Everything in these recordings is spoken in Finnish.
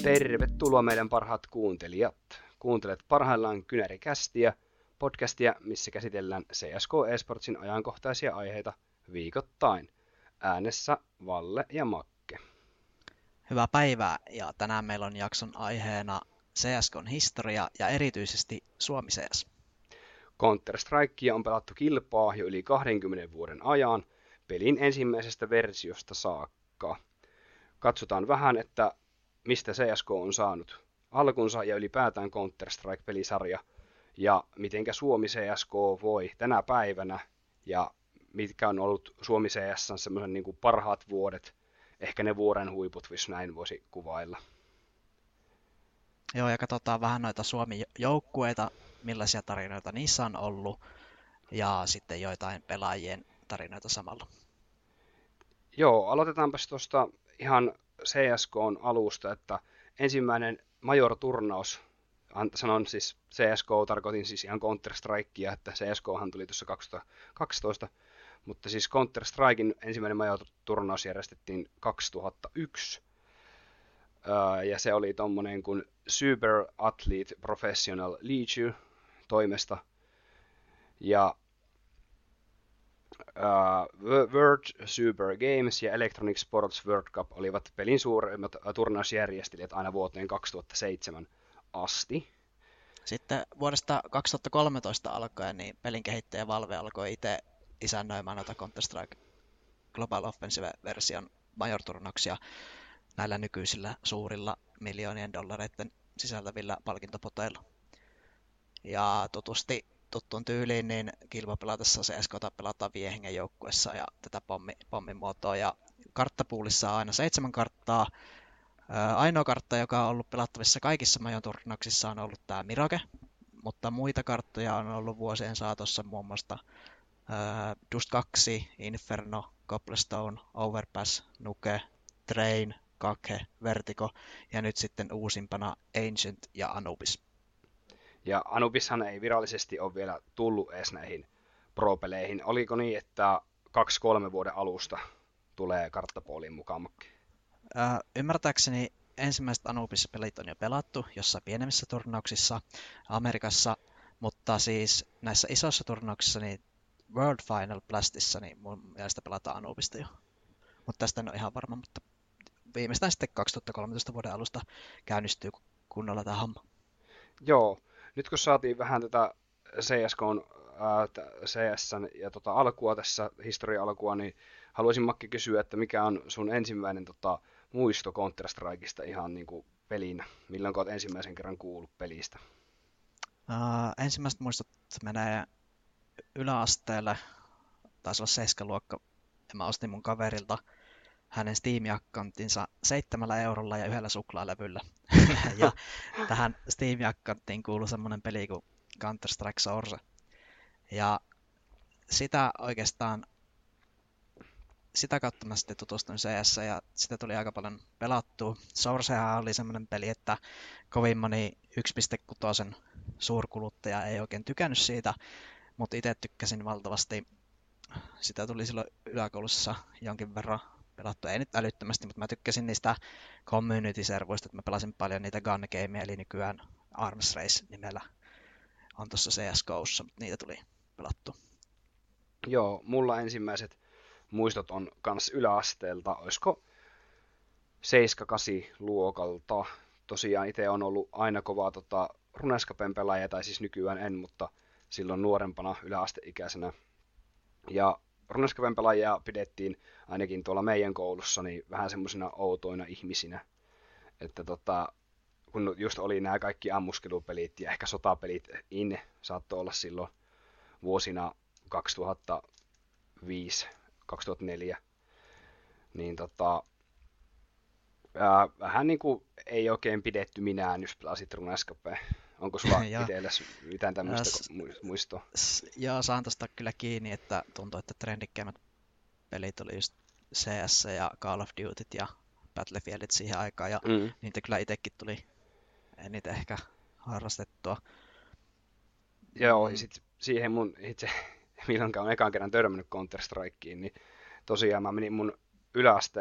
Tervetuloa meidän parhaat kuuntelijat. Kuuntelet parhaillaan Kynärikästiä, podcastia, missä käsitellään CS:GO Esportsin ajankohtaisia aiheita viikoittain. Äänessä Valle ja Makke. Hyvää päivää, ja tänään meillä on jakson aiheena CS:GOn historia ja erityisesti Suomi CS. Counter-Strikea on pelattu kilpaa jo yli 20 vuoden ajan, pelin ensimmäisestä versiosta saakka. Katsotaan vähän, että mistä CS:GO on saanut alkunsa ja ylipäätään Counter-Strike-pelisarja, ja mitenkä Suomi CS:GO voi tänä päivänä, ja mitkä on ollut Suomi CS:n semmoisen niin kuin parhaat vuodet, ehkä ne vuoren huiput, jos näin voisi kuvailla. Joo, ja katsotaan vähän noita Suomi-joukkueita, millaisia tarinoita niissä on ollut, ja sitten joitain pelaajien tarinoita samalla. Joo, aloitetaanpas tuosta ihan CS:GOn alusta, että ensimmäinen Major-turnaus, sanon siis CS:GO, tarkoitin siis ihan Counter-Strikea, että CS:GOhan tuli tuossa 2012, mutta siis Counter-Strikein ensimmäinen Major-turnaus järjestettiin 2001, ja se oli tommonen kuin Super Athlete Professional League toimesta, ja World Super Games ja Electronic Sports World Cup olivat pelin suurimmat turnausjärjestelijät aina vuoteen 2007 asti. Sitten vuodesta 2013 alkaen niin pelin kehittäjä Valve alkoi itse isännöimään noita Counter-Strike Global Offensive-version major-turnauksia näillä nykyisillä suurilla miljoonien dollareiden sisältävillä palkintopoteilla. Ja tuttuun tyyliin, niin kilpapelatessa CS:GOta pelataan 5 hengen joukkueessa ja tätä pommimuotoa. Ja karttapuulissa on aina 7 karttaa. Ainoa kartta, joka on ollut pelattavissa kaikissa major-turnauksissa, on ollut tämä Mirage, mutta muita karttoja on ollut vuosien saatossa muun muassa Dust 2, Inferno, Cobblestone, Overpass, Nuke, Train, Kake, Vertigo ja nyt sitten uusimpana Ancient ja Anubis. Ja Anubishan ei virallisesti ole vielä tullut edes näihin pro-peleihin. Oliko niin, että 2-3 vuoden alusta tulee karttapooliin mukaan, Makke? Ymmärtääkseni ensimmäiset Anubis-pelit on jo pelattu jossain pienemmissä turnauksissa Amerikassa, mutta siis näissä isoissa turnauksissa, niin World Final Blastissa, niin mun mielestä pelataan Anubista jo. Mutta tästä en ole ihan varma, mutta viimeistään sitten 2013 vuoden alusta käynnistyy kunnolla tämä homma. Joo, nyt kun saatiin vähän tätä CS:GOn, CS:n ja alkua tässä, historia-alkua, niin haluaisin Makki kysyä, että mikä on sun ensimmäinen muisto Counter-Strikeista ihan niin kuin pelinä? Milloin olet ensimmäisen kerran kuullut pelistä? Ensimmäiset muistot menee yläasteelle, taisi olla 7-luokka, ja mä ostin mun kaverilta hänen Steam-akkanttinsa 7 eurolla ja 1 suklaalevyllä. Ja tähän Steam-akkanttiin kuului semmoinen peli kuin Counter-Strike Source. Ja sitä oikeastaan, sitä kautta mä sitten tutustuin CS ja sitä tuli aika paljon pelattua. Sourcehan oli semmoinen peli, että kovin moni 1.6 suurkuluttaja ei oikein tykännyt siitä, mutta itse tykkäsin valtavasti. Sitä tuli silloin yläkoulussa jonkin verran pelattu, ei nyt älyttömästi, mutta mä tykkäsin niistä community-servuista, että mä pelasin paljon niitä gun gameja, eli nykyään Arms Race-nimellä on tuossa CSGOssa, mutta niitä tuli pelattu. Joo, mulla ensimmäiset muistot on kans yläasteelta, olisiko 7-8 luokalta. Tosiaan itse on ollut aina kovaa Runescapen pelaaja, tai siis nykyään en, mutta silloin nuorempana yläasteikäisenä. Ja Runescapen pelaajia pidettiin ainakin tuolla meidän koulussa niin vähän semmoisina outoina ihmisinä. Että kun just oli nämä kaikki ammuskelupelit ja ehkä sotapelit saattoi olla silloin vuosina 2005-2004, niin vähän niin kuin ei oikein pidetty minään, jos pelasit Runescapea. Onko sulla itsellesi mitään tämmöistä muistoa? Joo, saan tosta kyllä kiinni, että tuntuu, että trendikkeimmät pelit oli just CS ja Call of Dutyt ja Battlefieldit siihen aikaan, ja niitä kyllä itsekin tuli eniten ehkä harrastettua. Joo, ja sitten siihen mun itse, milloinkaan on ekan kerran törmännyt Counter-Strikeen, niin tosiaan mä menin mun yläasteen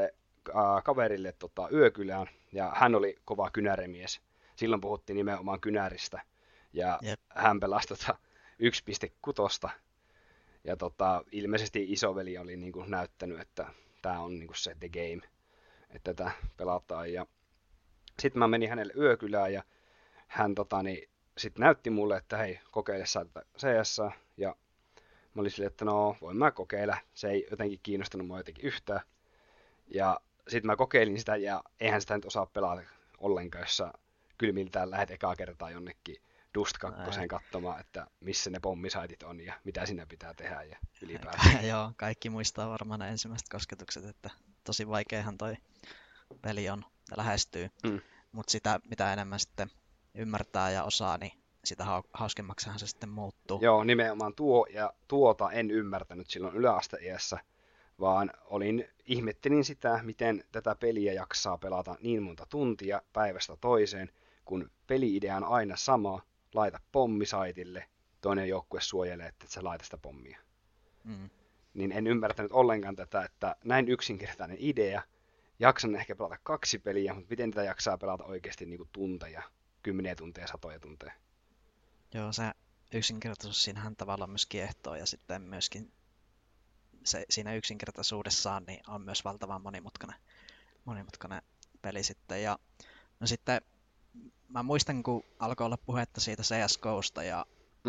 kaverille yökylään, ja hän oli kova kynärimies. Silloin puhuttiin nimenomaan kynäristä, ja Jep. hän pelasi 1.6. Ja ilmeisesti isoveli oli niin kuin näyttänyt, että tämä on niin kuin se the game, että tätä pelataan. Ja sitten mä menin hänelle yökylään, ja hän sitten näytti mulle, että hei, kokeile sä tätä CS. Ja mä olin silleen, että no, voin mä kokeilla. Se ei jotenkin kiinnostanut mua jotenkin yhtään. Ja sitten mä kokeilin sitä, ja eihän sitä nyt osaa pelata ollenkaan, jos sä kylmiltään lähet ekaa kertaa jonnekin Dust 2 katsomaan, että missä ne pommisaitit on ja mitä siinä pitää tehdä ja ylipäätään. Joo, kaikki muistaa varmaan ne ensimmäiset kosketukset, että tosi vaikeahan toi peli on ja lähestyy. Mutta sitä, mitä enemmän sitten ymmärtää ja osaa, niin sitä hauskemmaksihan se sitten muuttuu. Joo, nimenomaan tuota en ymmärtänyt silloin yläasteiässä, vaan ihmettelin sitä, miten tätä peliä jaksaa pelata niin monta tuntia päivästä toiseen, kun peli-idea on aina sama, laita pommi saitille, toinen joukkue suojelee, että et sä laita sitä pommia. Niin en ymmärtänyt ollenkaan tätä, että näin yksinkertainen idea, jaksan ehkä pelata 2 peliä, mutta miten tätä jaksaa pelata oikeasti niin kuin tunteja, 10 tunteja, 100 tunteja. Joo, se yksinkertaisuus siinähän tavallaan myös kiehtoo ja sitten myöskin siinä yksinkertaisuudessaan niin on myös valtavan monimutkainen peli sitten. Ja no sitten mä muistan, kun alkoi olla puhetta siitä CSGOsta ja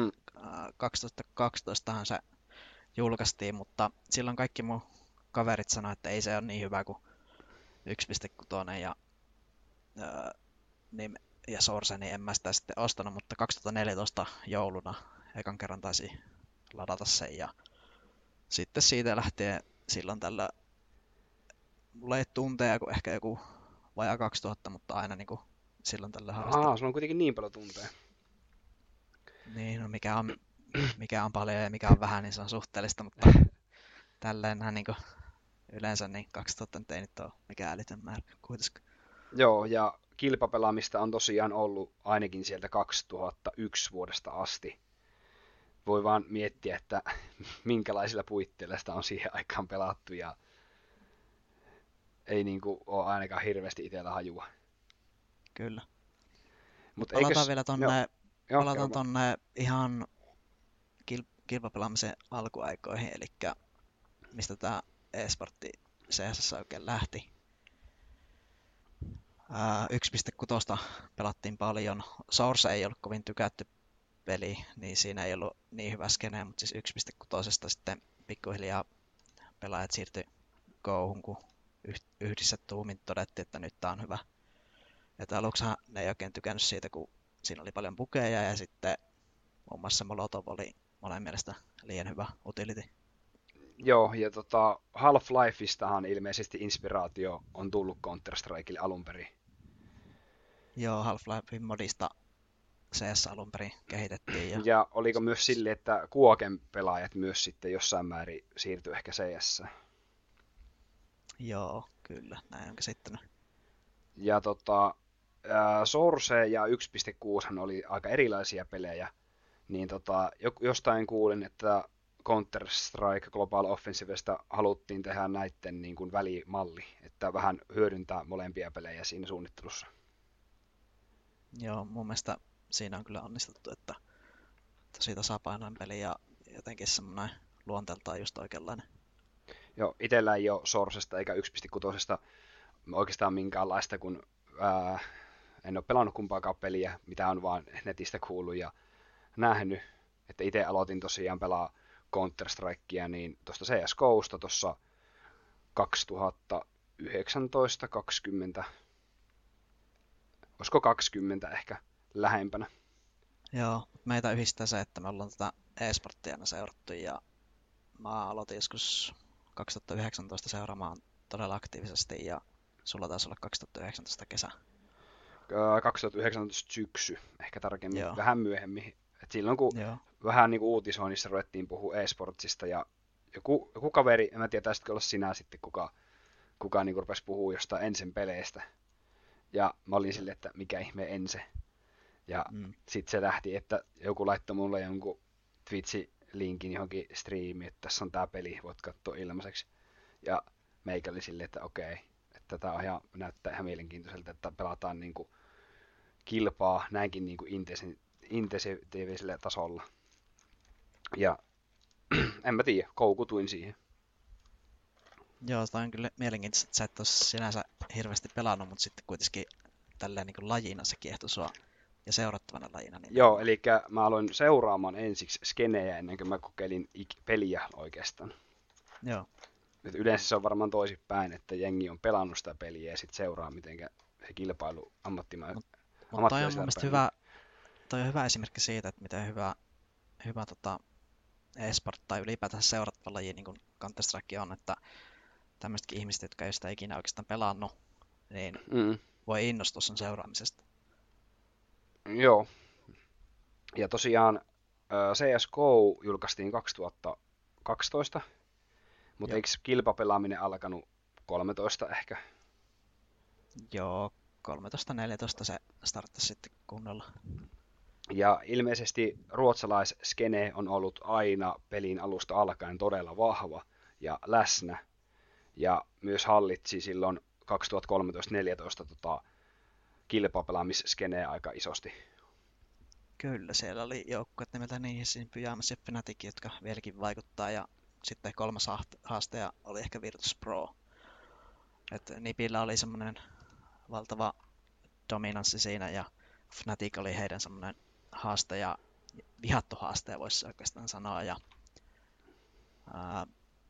2012han se julkaistiin, mutta silloin kaikki mun kaverit sanoivat, että ei se ole niin hyvä kuin 1.6 ja Source, niin en mä sitä sitten ostanut, mutta 2014 jouluna ekan kerran taisi ladata sen ja sitten siitä lähtien silloin tällä mulla ei tunteja kuin ehkä joku vajaa 2000, mutta aina niin kuin silloin tällä harrastelua. Sulla on kuitenkin niin paljon tunteja. Niin, no mikä on paljon ja mikä on vähän, niin se on suhteellista, mutta tälleenhän niin kuin yleensä niin 2000 nyt ei nyt ole mikään älytön määrä kuitenkaan. Joo, ja kilpapelaamista on tosiaan ollut ainakin sieltä 2001 vuodesta asti. Voi vaan miettiä, että minkälaisilla puitteilla sitä on siihen aikaan pelattu, ja ei niinku ole ainakaan hirveästi itsellä hajua. Kyllä. Mut palataan vielä tonne ihan kilpapelaamisen alkuaikoihin, eli mistä tämä e-sportti CS oikein lähti. 1.6 pelattiin paljon. Source ei ollut kovin tykätty peli, niin siinä ei ollut niin hyvä skene, mutta siis 1.6 sitten pikkuhiljaa pelaajat siirtyi Gohun, kun yhdessä tuumin todettiin, että nyt tää on hyvä. Että aluksihan ne ei oikein tykännyt siitä, kun siinä oli paljon bukeja ja sitten muun muassa Molotov oli monen mielestä liian hyvä utility. Joo, ja Half-Lifeistahan ilmeisesti inspiraatio on tullut Counter-Strikeille alun perin. Joo, Half-Lifein modista CS alun perin kehitettiin. Ja oliko myös sille, että Quaken pelaajat myös sitten jossain määrin siirtyi ehkä CS? Joo, kyllä, näin on käsittänyt. Ja Source ja 1.6 oli aika erilaisia pelejä, niin jostain kuulin, että Counter-Strike Global Offensivesta haluttiin tehdä näiden niin kuin välimalli, että vähän hyödyntää molempia pelejä siinä suunnittelussa. Joo, mun mielestä siinä on kyllä onnistuttu, että tosi tasapainoinen peli ja jotenkin semmoinen luonteeltaan just oikeanlainen. Joo, itsellä ei ole Sourcesta eikä 1.6 oikeastaan minkäänlaista, kun en ole pelannut kumpaakaan peliä, mitä on vaan netistä kuullut ja nähnyt. Että itse aloitin tosiaan pelaa Counter-Strikea niin tuosta CSGOsta tuossa 2019-20, olisiko 20 ehkä lähempänä. Joo, meitä yhdistää se, että me ollaan tätä e-sporttia aina seurattu ja mä aloitin joskus 2019 seuraamaan todella aktiivisesti ja sulla taisi olla 2019 kesä. 2019 syksy, ehkä tarkemmin, Joo. vähän myöhemmin. Et silloin kun vähän niin kuin uutisoinnissa ruvettiin puhua e-sportsista ja joku kaveri, en mä tiedä, tästä olla sinä sitten, kuka niin rupesi puhua jostain Ensen peleistä. Ja mä olin silleen, että mikä ihme Ense. Ja sitten se lähti, että joku laittoi mulle jonkun Twitch-linkin johonkin striimiin, että tässä on tää peli, voit katsoa ilmaiseksi. Ja meikä oli silleen, että okei, että tätä on näyttää ihan mielenkiintoiselta, että pelataan niin kuin kilpaa näinkin niin kuin intensiivisellä tasolla. Ja en mä tiedä, koukutuin siihen. Joo, tämä on kyllä mielenkiintoista, että sä et ole sinänsä hirveästi pelannut, mutta sitten kuitenkin tälleen niin kuin lajina se kiehtoi sua ja seurattavana lajina Joo, nimenomaan. eli mä aloin seuraamaan ensiksi skenejä ennen kuin mä kokeilin peliä oikeastaan. Joo, Et yleensä se on varmaan toisinpäin, että jengi on pelannut sitä peliä ja sitten seuraa, miten se kilpailu mutta toi on mun ammattilaisilla mielestä menee. hyvä, toi on hyvä esimerkki siitä, että miten hyvä e-sport tai ylipäätään seurattava laji niin kuin Counter-Strike on, että tämmöisetkin ihmiset, jotka ei ole sitä ikinä oikeastaan pelannut, niin Mm, voi innostua sen seuraamisesta. joo, ja tosiaan CSGO julkaistiin 2012, mutta Joo, eikö kilpapelaaminen alkanut 13 ehkä? joo 13-14 se starttasi sitten kunnolla. Ja ilmeisesti ruotsalaiskene on ollut aina pelin alusta alkaen todella vahva ja läsnä. Ja myös hallitsi silloin 2013-14 kilpapelaamisskeneä aika isosti. Kyllä, siellä oli joukkueet nimeltä Niihin, Pyjamas ja Fnatic, jotka vieläkin vaikuttaa, ja sitten kolmas haastaja oli ehkä Virtus Pro. Et Nipillä oli semmoinen valtava dominanssi siinä, ja Fnatic oli heidän semmoinen haastaja, vihattu haastaja voisi oikeastaan sanoa, ja ää,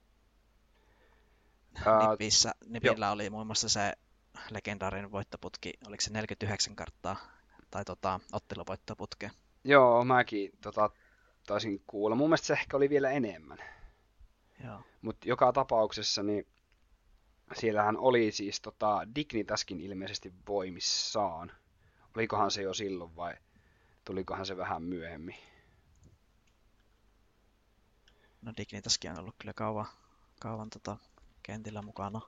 Ää, jo, Nipillä oli muun muassa se legendaarinen voittoputki, oliko se 49 karttaa, tai otteluvoittoputke. joo, mäkin taisin kuulla. Mun mielestä se ehkä oli vielä enemmän. Joo. Mutta joka tapauksessa niin siellähän oli siis Dignitaskin ilmeisesti voimissaan. Olikohan se jo silloin vai tulikohan se vähän myöhemmin? No Dignitaskin on ollut kyllä kauan kentillä mukana.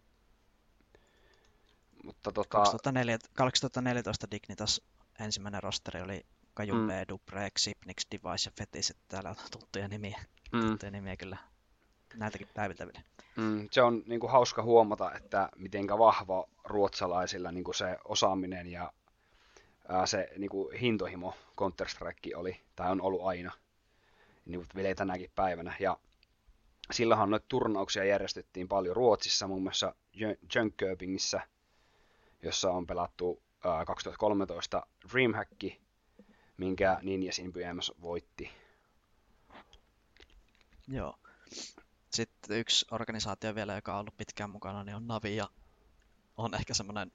Mutta 2014 Dignitas ensimmäinen rosteri oli mm, Kajumbe, Dubre, Xipnix, Device ja Fetis, että täällä on mm, tuttuja nimiä kyllä näiltäkin päiviltä vielä. se on niinku hauska huomata, että mitenkä vahva ruotsalaisilla niinku se osaaminen ja se niinku hintohimo Counter-Strike oli, tai on ollut aina, niin vielä tänäkin päivänä. Ja silloinhan noita turnauksia järjestettiin paljon Ruotsissa, muun muassa Jönköpingissä, jossa on pelattu 2013 Dreamhack, minkä Ninja Sinpyjäämäs voitti. Joo. Sitten yksi organisaatio vielä, joka on ollut pitkään mukana, niin on Navi ja on ehkä semmoinen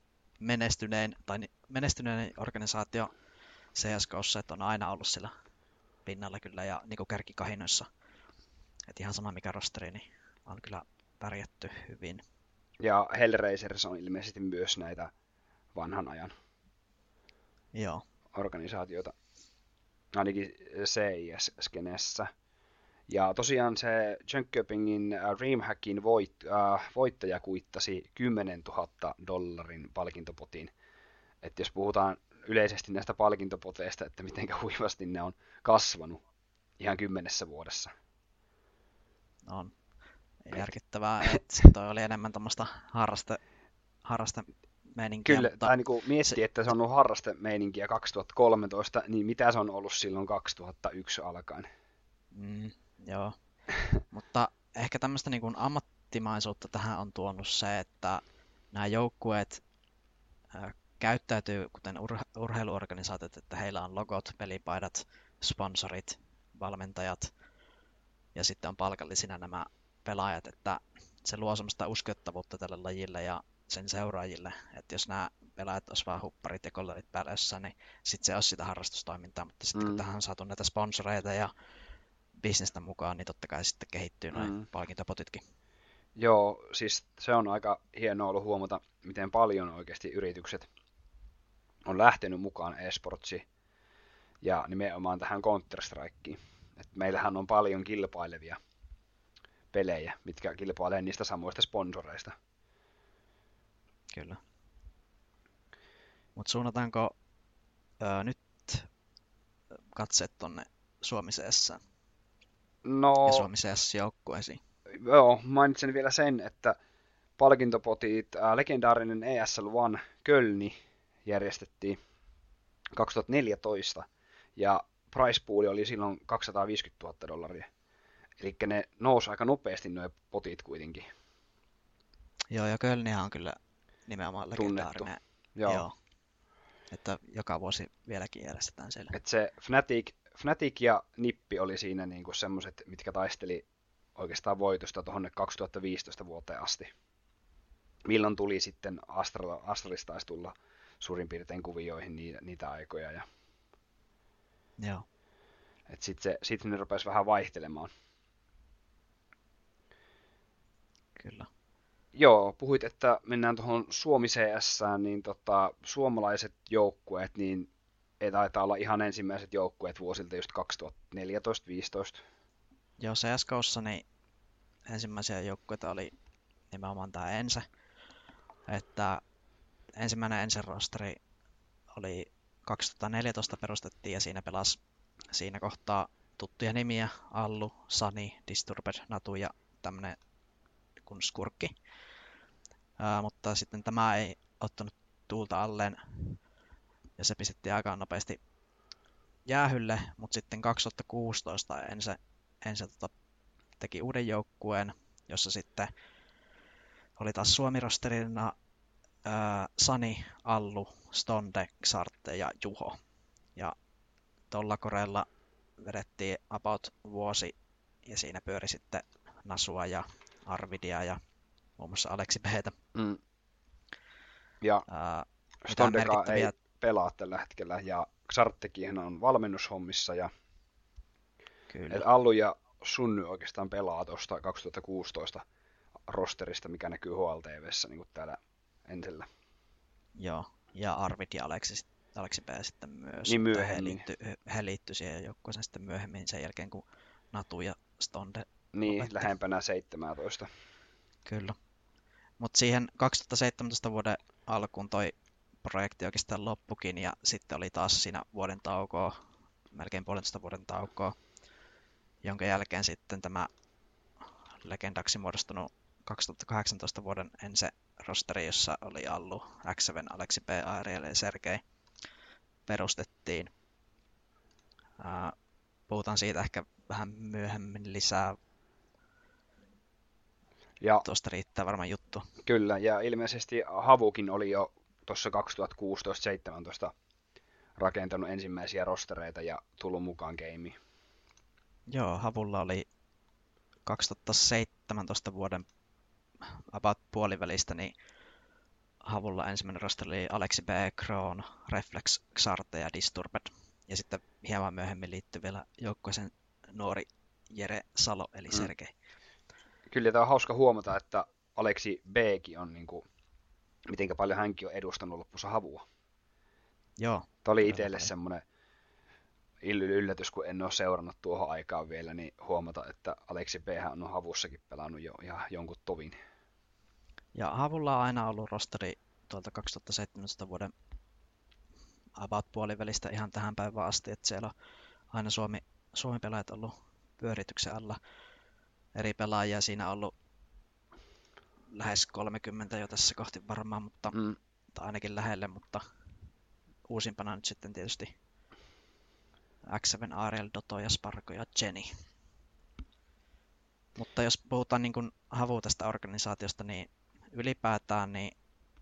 menestynein organisaatio CSGOssa, että on aina ollut sillä pinnalla kyllä ja niin kuin kärkikahinoissa. Että ihan sama mikä rosteri, niin on kyllä pärjätty hyvin. Ja Hellraisers on ilmeisesti myös näitä vanhan ajan Joo, organisaatioita, ainakin CIS-skenessä. Ja tosiaan se Jönköpingin Dreamhackin voittaja kuittasi 10 000 dollarin palkintopotin. Että jos puhutaan yleisesti näistä palkintopoteista, että miten huimasti ne on kasvanut ihan 10 vuodessa. on Et, järkittävää, että toi oli enemmän tämmöistä harrastemeininkiä, kyllä, mutta tai niin se, miettii, että se on ollut harrastemeininkiä 2013, niin mitä se on ollut silloin 2001 alkaen? mm, joo, mutta ehkä tämmöistä niin kuin ammattimaisuutta tähän on tuonut se, että nämä joukkueet käyttäytyy kuten urheiluorganisaatiot, että heillä on logot, pelipaidat, sponsorit, valmentajat ja sitten on palkallisina nämä pelaajat, että se luo semmoista uskottavuutta tälle lajille ja sen seuraajille, että jos nämä pelaajat olisi vaan hupparit ja kollarit päällä jossain, niin sitten se olisi sitä harrastustoimintaa, mutta sitten kun Mm, tähän on saatu näitä sponsoreita ja bisnestä mukaan, niin totta kai sitten kehittyy noin mm. palkintopotitkin. Joo, siis se on aika hienoa ollut huomata, miten paljon oikeasti yritykset on lähtenyt mukaan esportsiin ja nimenomaan tähän Counter-Strikeen. Et meillähän on paljon kilpailevia pelejä, mitkä kilpailee niistä samoista sponsoreista. Kyllä. Mutta suunnataanko nyt katseet tonne Suomi CS:ään ja No, Suomi CS-joukkueisiin? joo, mainitsen vielä sen, että palkintopotit. Legendaarinen ESL One Kölni järjestettiin 2014 ja price pool oli silloin $250,000. Eli ne nousi aika nopeasti nuo potit kuitenkin. Joo, ja Kölnihän on kyllä nimenomaan Tunnettu. legendaarinen. Joo. Että joka vuosi vieläkin järjestetään siellä. Et se Fnatic ja Nippi oli siinä niinku semmoset, mitkä taisteli oikeastaan voitosta tuonne 2015 vuoteen asti. Milloin tuli sitten Astralis taisi tulla suurin piirtein kuvioihin niitä aikoja. Ja Joo. et sitten ne rupesi vähän vaihtelemaan. Kyllä. Joo, puhuit, että mennään tuohon Suomi CS:ään, niin suomalaiset joukkueet, niin ei taitaa olla ihan ensimmäiset joukkueet vuosilta just 2014-2015. Joo, CS:GOssa niin ensimmäisiä joukkueita oli nimenomaan tämä Ense. Että ensimmäinen Ense-rosteri oli 2014 perustettiin ja siinä pelasi siinä kohtaa tuttuja nimiä, Allu, Sani, Disturbed, Natu ja tämmönen kuin Skurkki. Mutta sitten tämä ei ottanut tuulta alleen ja se pistettiin aika nopeasti jäähylle, mutta sitten 2016 Ense teki uuden joukkueen, jossa sitten oli taas Suomi-rosterina Sani, Allu, Stonde, Xarte ja Juho. Ja tuolla koreella vedettiin about vuosi ja siinä pyöri sitten Nasua ja Arvidia ja muun muassa Aleksi B:tä. Ja Stondeka ei pelaa tällä hetkellä ja Xartekin on valmennushommissa ja Allu ja Sunny oikeastaan pelaa tuosta 2016 rosterista, mikä näkyy HLTV:ssä niin kuin täällä Ensellä. Joo, ja Arvid ja Aleksi B sitten myös. Niin myöhemmin. He liittyi siihen joukkueeseen sitten myöhemmin sen jälkeen, kun Natu ja Stonde niin, lopetti. Lähempänä 17. Kyllä. Mutta siihen 2017 vuoden alkuun toi projekti oikeastaan loppukin ja sitten oli taas siinä vuoden taukoa, melkein 1,5 vuoden taukoa, jonka jälkeen sitten tämä legendaksi muodostunut 2018 vuoden Ense-rosteri, jossa oli Allu, X7, Aleksi B, Ariel ja Sergei, perustettiin. Puhutaan siitä ehkä vähän myöhemmin lisää. Ja tuosta riittää varmaan juttu. Kyllä, ja ilmeisesti Havukin oli jo tuossa 2016-2017 rakentanut ensimmäisiä rostereita ja tullut mukaan gameen. Joo, Havulla oli 2017 vuoden about puolivälistä, niin Havulla ensimmäinen rosteri oli Aleksi B, Kroon, Reflex, Xarte ja Disturbed. Ja sitten hieman myöhemmin liittyi vielä joukkueeseen nuori Jere Salo, eli Sergei. Kyllä tämä on hauska huomata, että Aleksi B:kin on, niin kuin, mitenkä paljon hänkin on edustanut lopussa Havua. Joo. Tämä oli itselle semmoinen yllätys, kun en ole seurannut tuohon aikaan vielä, niin huomata, että Aleksi B on Havussakin pelannut jo ihan jonkun tovin. Ja Havulla on aina ollut rosteri tuolta 2017 vuoden about puolivälistä ihan tähän päivään asti, että siellä on aina Suomi-pelaajat ollut pyörityksen alla. Eri pelaajia siinä on ollut lähes 30 jo tässä kohti varmaan, mutta tai ainakin lähelle, mutta uusimpana nyt sitten tietysti X7, Ariel, Doto ja Sparko ja Jenny. Mutta jos puhutaan niin kuin Havu tästä organisaatiosta, niin ylipäätään niin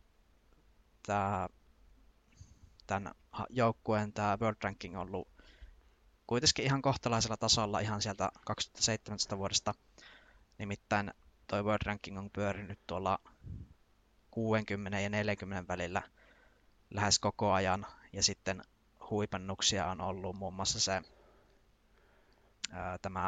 tämän joukkueen tämä World Ranking on ollut kuitenkin ihan kohtalaisella tasolla ihan sieltä 2017 vuodesta. Nimittäin toi World Ranking on pyörinyt tuolla 60 ja 40 välillä lähes koko ajan. Ja sitten huipennuksia on ollut muun muassa se tämä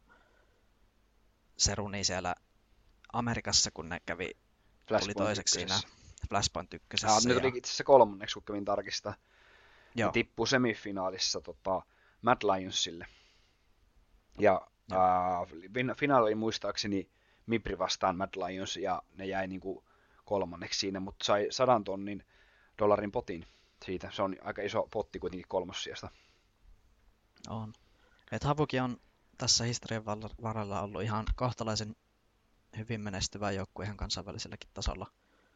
Seruni siellä Amerikassa, kun ne tuli toiseksi siinä Flashpoint 1. Nyt oli itse asiassa kolmanneksi, kun kävin tarkistaa. Joo. Ne tippui semifinaalissa Mad Lionsille. Ja finaali oli muistaakseni Mipri vastaan Mad Lions, ja ne jäi niinku kolmanneksi siinä, mutta sai $100,000 potin siitä. Se on aika iso potti kuitenkin kolmossijasta. On. Et Havuki on tässä historian varrella ollut ihan kohtalaisen hyvin menestyvä joukkue ihan kansainväliselläkin tasolla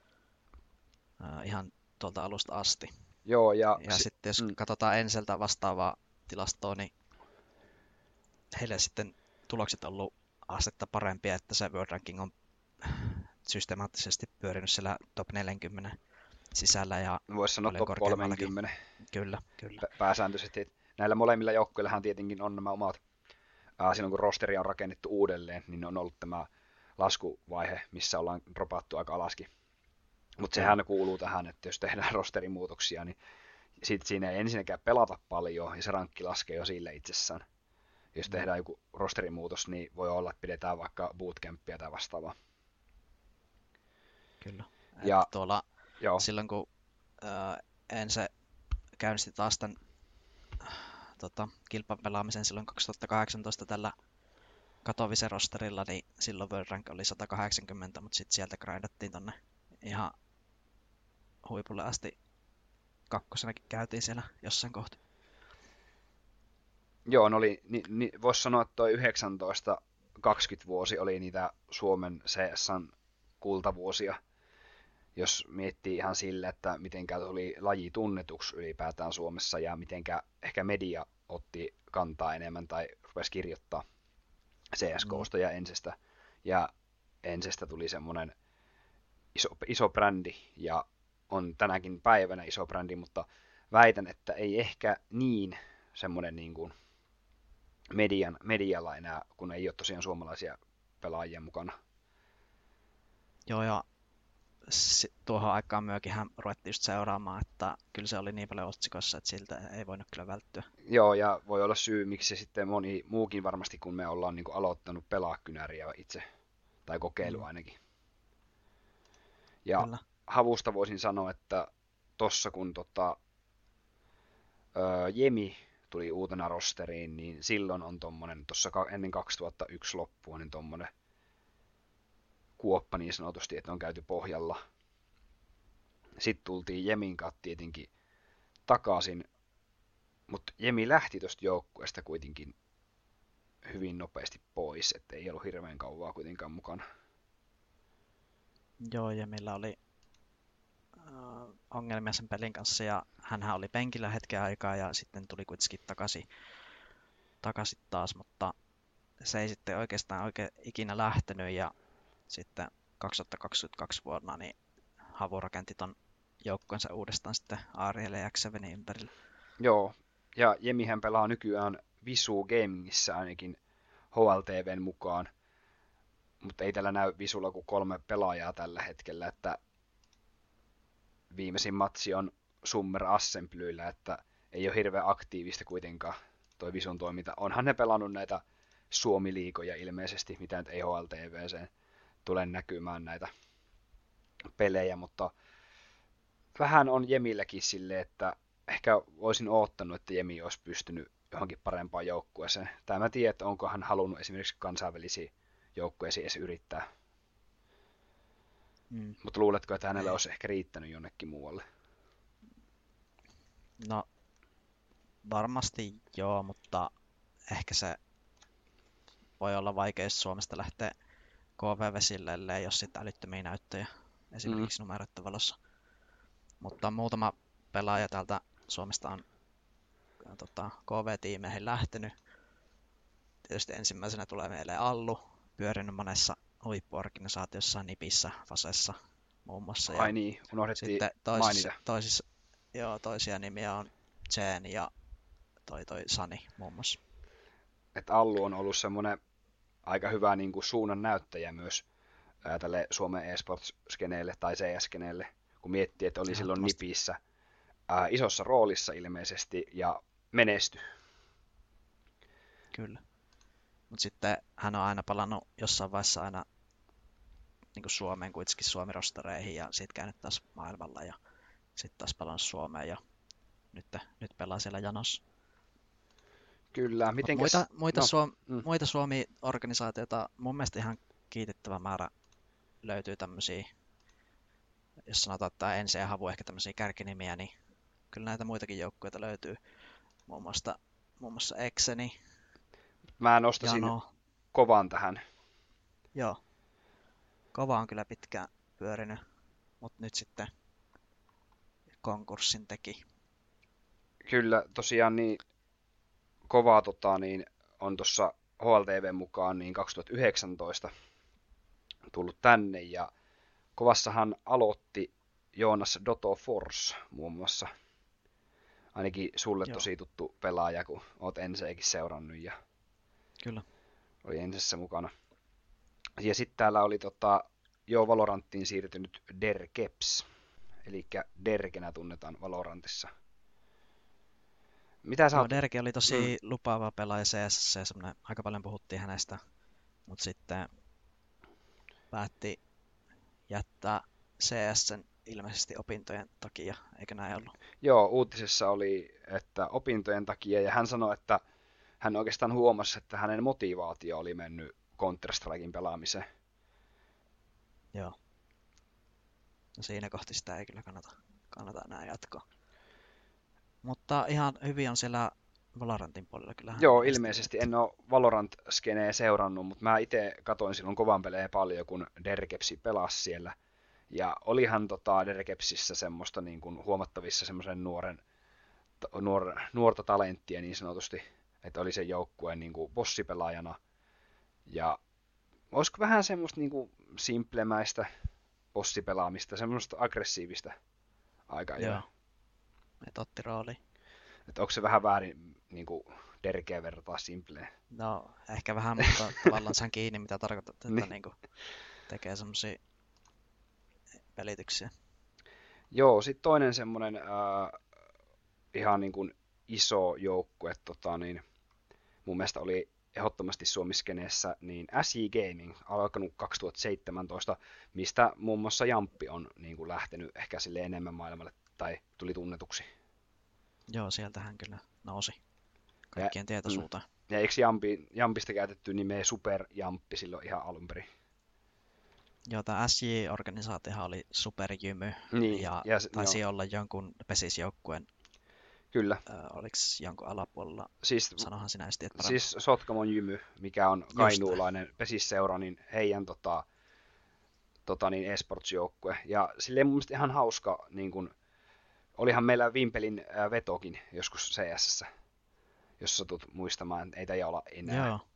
ihan tuolta alusta asti. Joo, ja sitten jos katsotaan Enseltä vastaavaa tilastoa, niin heille sitten tulokset on ollut astetta parempia, että se World Ranking on systemaattisesti pyörinyt siellä top 40 sisällä ja voisi sanoa top 30. Kyllä. Pääsääntöisesti. Näillä molemmilla joukkueillahan tietenkin on nämä omat, silloin kun rosteria on rakennettu uudelleen, niin on ollut tämä laskuvaihe, missä ollaan dropattu aika alaskin. Mutta sehän kuuluu tähän, että jos tehdään rosterimuutoksia, niin sitten siinä ei ensinnäkään pelata paljon ja se rankki laskee jo sille itsessään. Jos tehdään joku rosterimuutos, niin voi olla, että pidetään vaikka bootcampia tai vastaavaa. Kyllä. Ja tuolla, silloin kun Ense käynnisti taas tämän kilpapelaamisen silloin 2018 tällä Katowice-rosterilla, niin silloin World Rank oli 180, mutta sitten sieltä grindattiin tonne ihan huipulle asti. Kakkosenakin käytiin siellä jossain kohti. Joo, voisi sanoa, että toi 19-20 vuosi oli niitä Suomen CS:n kultavuosia. Jos miettii ihan sille, että mitenkä tuli laji tunnetuksi ylipäätään Suomessa ja mitenkä ehkä media otti kantaa enemmän tai rupesi kirjoittaa CS:sta ja Ensestä. Ja Ensestä tuli semmoinen iso brändi ja on tänäkin päivänä iso brändi, mutta väitän, että ei ehkä niin semmoinen niin kuin medialla enää, kun ei ole tosiaan suomalaisia pelaajia mukana. Joo, ja tuohon aikaan myöskin ruvettiin just seuraamaan, että kyllä se oli niin paljon otsikossa, että siltä ei voinut kyllä välttyä. Joo, ja voi olla syy, miksi sitten moni muukin varmasti, kun me ollaan niin kuin aloittanut pelaa kynäriä itse, tai kokeilu ainakin. Ja kyllä. Havusta voisin sanoa, että tossa kun Jemi tuli uutena rosteriin, niin silloin on tommonen, tuossa ennen 2001 loppua, niin tommonen kuoppa niin sanotusti, että on käyty pohjalla. Sitten tultiin Jemin kanssa tietenkin takaisin, mutta Jemi lähti tuosta joukkueesta kuitenkin hyvin nopeasti pois, että ei ollut hirveän kauaa kuitenkaan mukana. Joo, Jemillä oli ongelmia sen pelin kanssa ja hänhän oli penkillä hetken aikaa ja sitten tuli kuitenkin takaisin taas, mutta se ei sitten oikeastaan ikinä lähtenyt ja sitten 2022 vuonna niin Havu rakenti ton joukkueensa uudestaan sitten Ariel ja X7 ympärille. Joo, ja Jemihän pelaa nykyään Visu Gamingissä ainakin HLTVn mukaan, mutta ei tällä näy Visulla kuin 3 pelaajaa tällä hetkellä, että viimeisin matsi on Summer Assemblyllä, että ei ole hirveän aktiivista kuitenkaan toi Visun toiminta. Onhan ne pelannut näitä Suomi-liigoja ilmeisesti, mitä nyt ei HLTV:seen tule näkymään näitä pelejä, mutta vähän on Jemilläkin silleen, että ehkä voisin oottanut, että Jemi olisi pystynyt johonkin parempaan joukkueeseen. Tai mä tiedän, että onko hän halunnut esimerkiksi kansainvälisiä joukkueisiin edes yrittää. Mutta luuletko, että hänelle olisi ehkä riittänyt jonnekin muualle? No, varmasti joo, mutta ehkä se voi olla vaikea Suomesta lähteä KV-vesille, jos sitten älyttömiä näyttöjä esimerkiksi numeroiden valossa. Mutta muutama pelaaja täältä Suomesta on KV-tiimeihin lähtenyt. Tietysti ensimmäisenä tulee meille Allu, pyörinyt monessa huippuorganisaatiossa, Nipissä, Fasessa muun muassa. Ai niin, unohdettiin mainita. Toisia nimiä on Jen ja toi Sani muun muassa. Että Allu on ollut semmoinen aika hyvä niin kuin suunnan näyttäjä myös tälle Suomen eSports-skeneelle tai CS-skeneelle, kun miettii, että oli silloin Nipissä isossa roolissa ilmeisesti ja menesty. Kyllä. Mutta sitten hän on aina palannut jossain vaiheessa aina niin kuin Suomeen kuitenkin Suomi-rostereihin ja sitten käynyt taas maailmalla ja sitten taas palannut Suomeen ja nyt pelaa siellä janossa. Kyllä. Muita Suomi-organisaatioita mun mielestä ihan kiitettävä määrä löytyy tämmöisiä, jos sanotaan, että Ense ja Havu ehkä tämmöisiä kärkinimiä, niin kyllä näitä muitakin joukkueita löytyy. Muun muassa Exeni. Mä nostasin kovan tähän. Joo. Kova on kyllä pitkään pyörinyt, mutta nyt sitten konkurssin teki. Kyllä tosiaan niin kovaa niin on tuossa HLTV mukaan niin 2019 tullut tänne ja kovassahan aloitti Joonas Dotto Force muun muassa. Ainakin sulle Joo, tosi tuttu pelaaja, kun oot Enseekin seurannut ja kyllä. oli Ensessä mukana. Ja sitten täällä oli jo Valoranttiin siirtynyt Derkeps, eli Derkenä tunnetaan Valorantissa. Mitä sä Joo, oot... Derki oli Mm, tosi lupaava pelaaja CS, ja semmoinen, aika paljon puhuttiin hänestä, mutta sitten päätti jättää CS:n ilmeisesti opintojen takia, eikö näin ollut? joo, uutisessa oli, että opintojen takia, ja hän sanoi, että hän oikeastaan huomasi, että hänen motivaatio oli mennyt Counter-Strikein pelaamiseen. Joo, no siinä kohti sitä ei kyllä kannata enää jatkaa. Mutta ihan hyvin on siellä Valorantin puolella, kyllä hän Joo, menestynyt. ilmeisesti en ole Valorant-skeneä seurannut, mutta mä itse katoin silloin kovan pelejä paljon, kun Derkepsi pelasi siellä. Ja olihan Derkepsissä semmoista niin kuin huomattavissa semmoisen nuorta talenttia niin sanotusti, että oli sen joukkueen niin kuin bossipelaajana. Ja olisiko vähän semmoista niin kuin simplemäistä bossipelaamista, semmoista aggressiivista aika ajoin. Joo, että otti rooli. Että onko se vähän väärin niin kuin Derkeä verrataan simpleen? No, ehkä vähän, mutta tavallaan sen kiinni, mitä tarkoitat, että Niin. niinku tekee semmosia pelityksiä. Joo, sitten toinen semmoinen ihan niin kuin iso joukkue, niin mun mielestä oli ehdottomasti Suomiskeneessä, niin SJ Gaming alkanut 2017, mistä muun muassa Jamppi on niin kuin lähtenyt ehkä sille enemmän maailmalle tai tuli tunnetuksi. Joo, sieltä hän kyllä nousi Ja, kaikkien mm, tietoisuuteen. ja eikö Jampista käytetty nimeä Super Jamppi silloin ihan alun perin? Joo, tämä SJ-organisaatiohan oli superjymy Niin, ja ja joo, taisi olla jonkun pesisjoukkueen, kyllä. oliko jonkun alapuolella, Siis, sanohan sinä just tiedät paremmin. siis Sotkamon Jymy, mikä on Just, kainuulainen pesisseura, niin heidän niin esports-joukkue. Ja silleen mun mielestä ihan hauska, niin kun, olihan meillä Vimpelin vetokin joskus CS:ssä, jos satut muistamaan, ei taida olla enää. joo.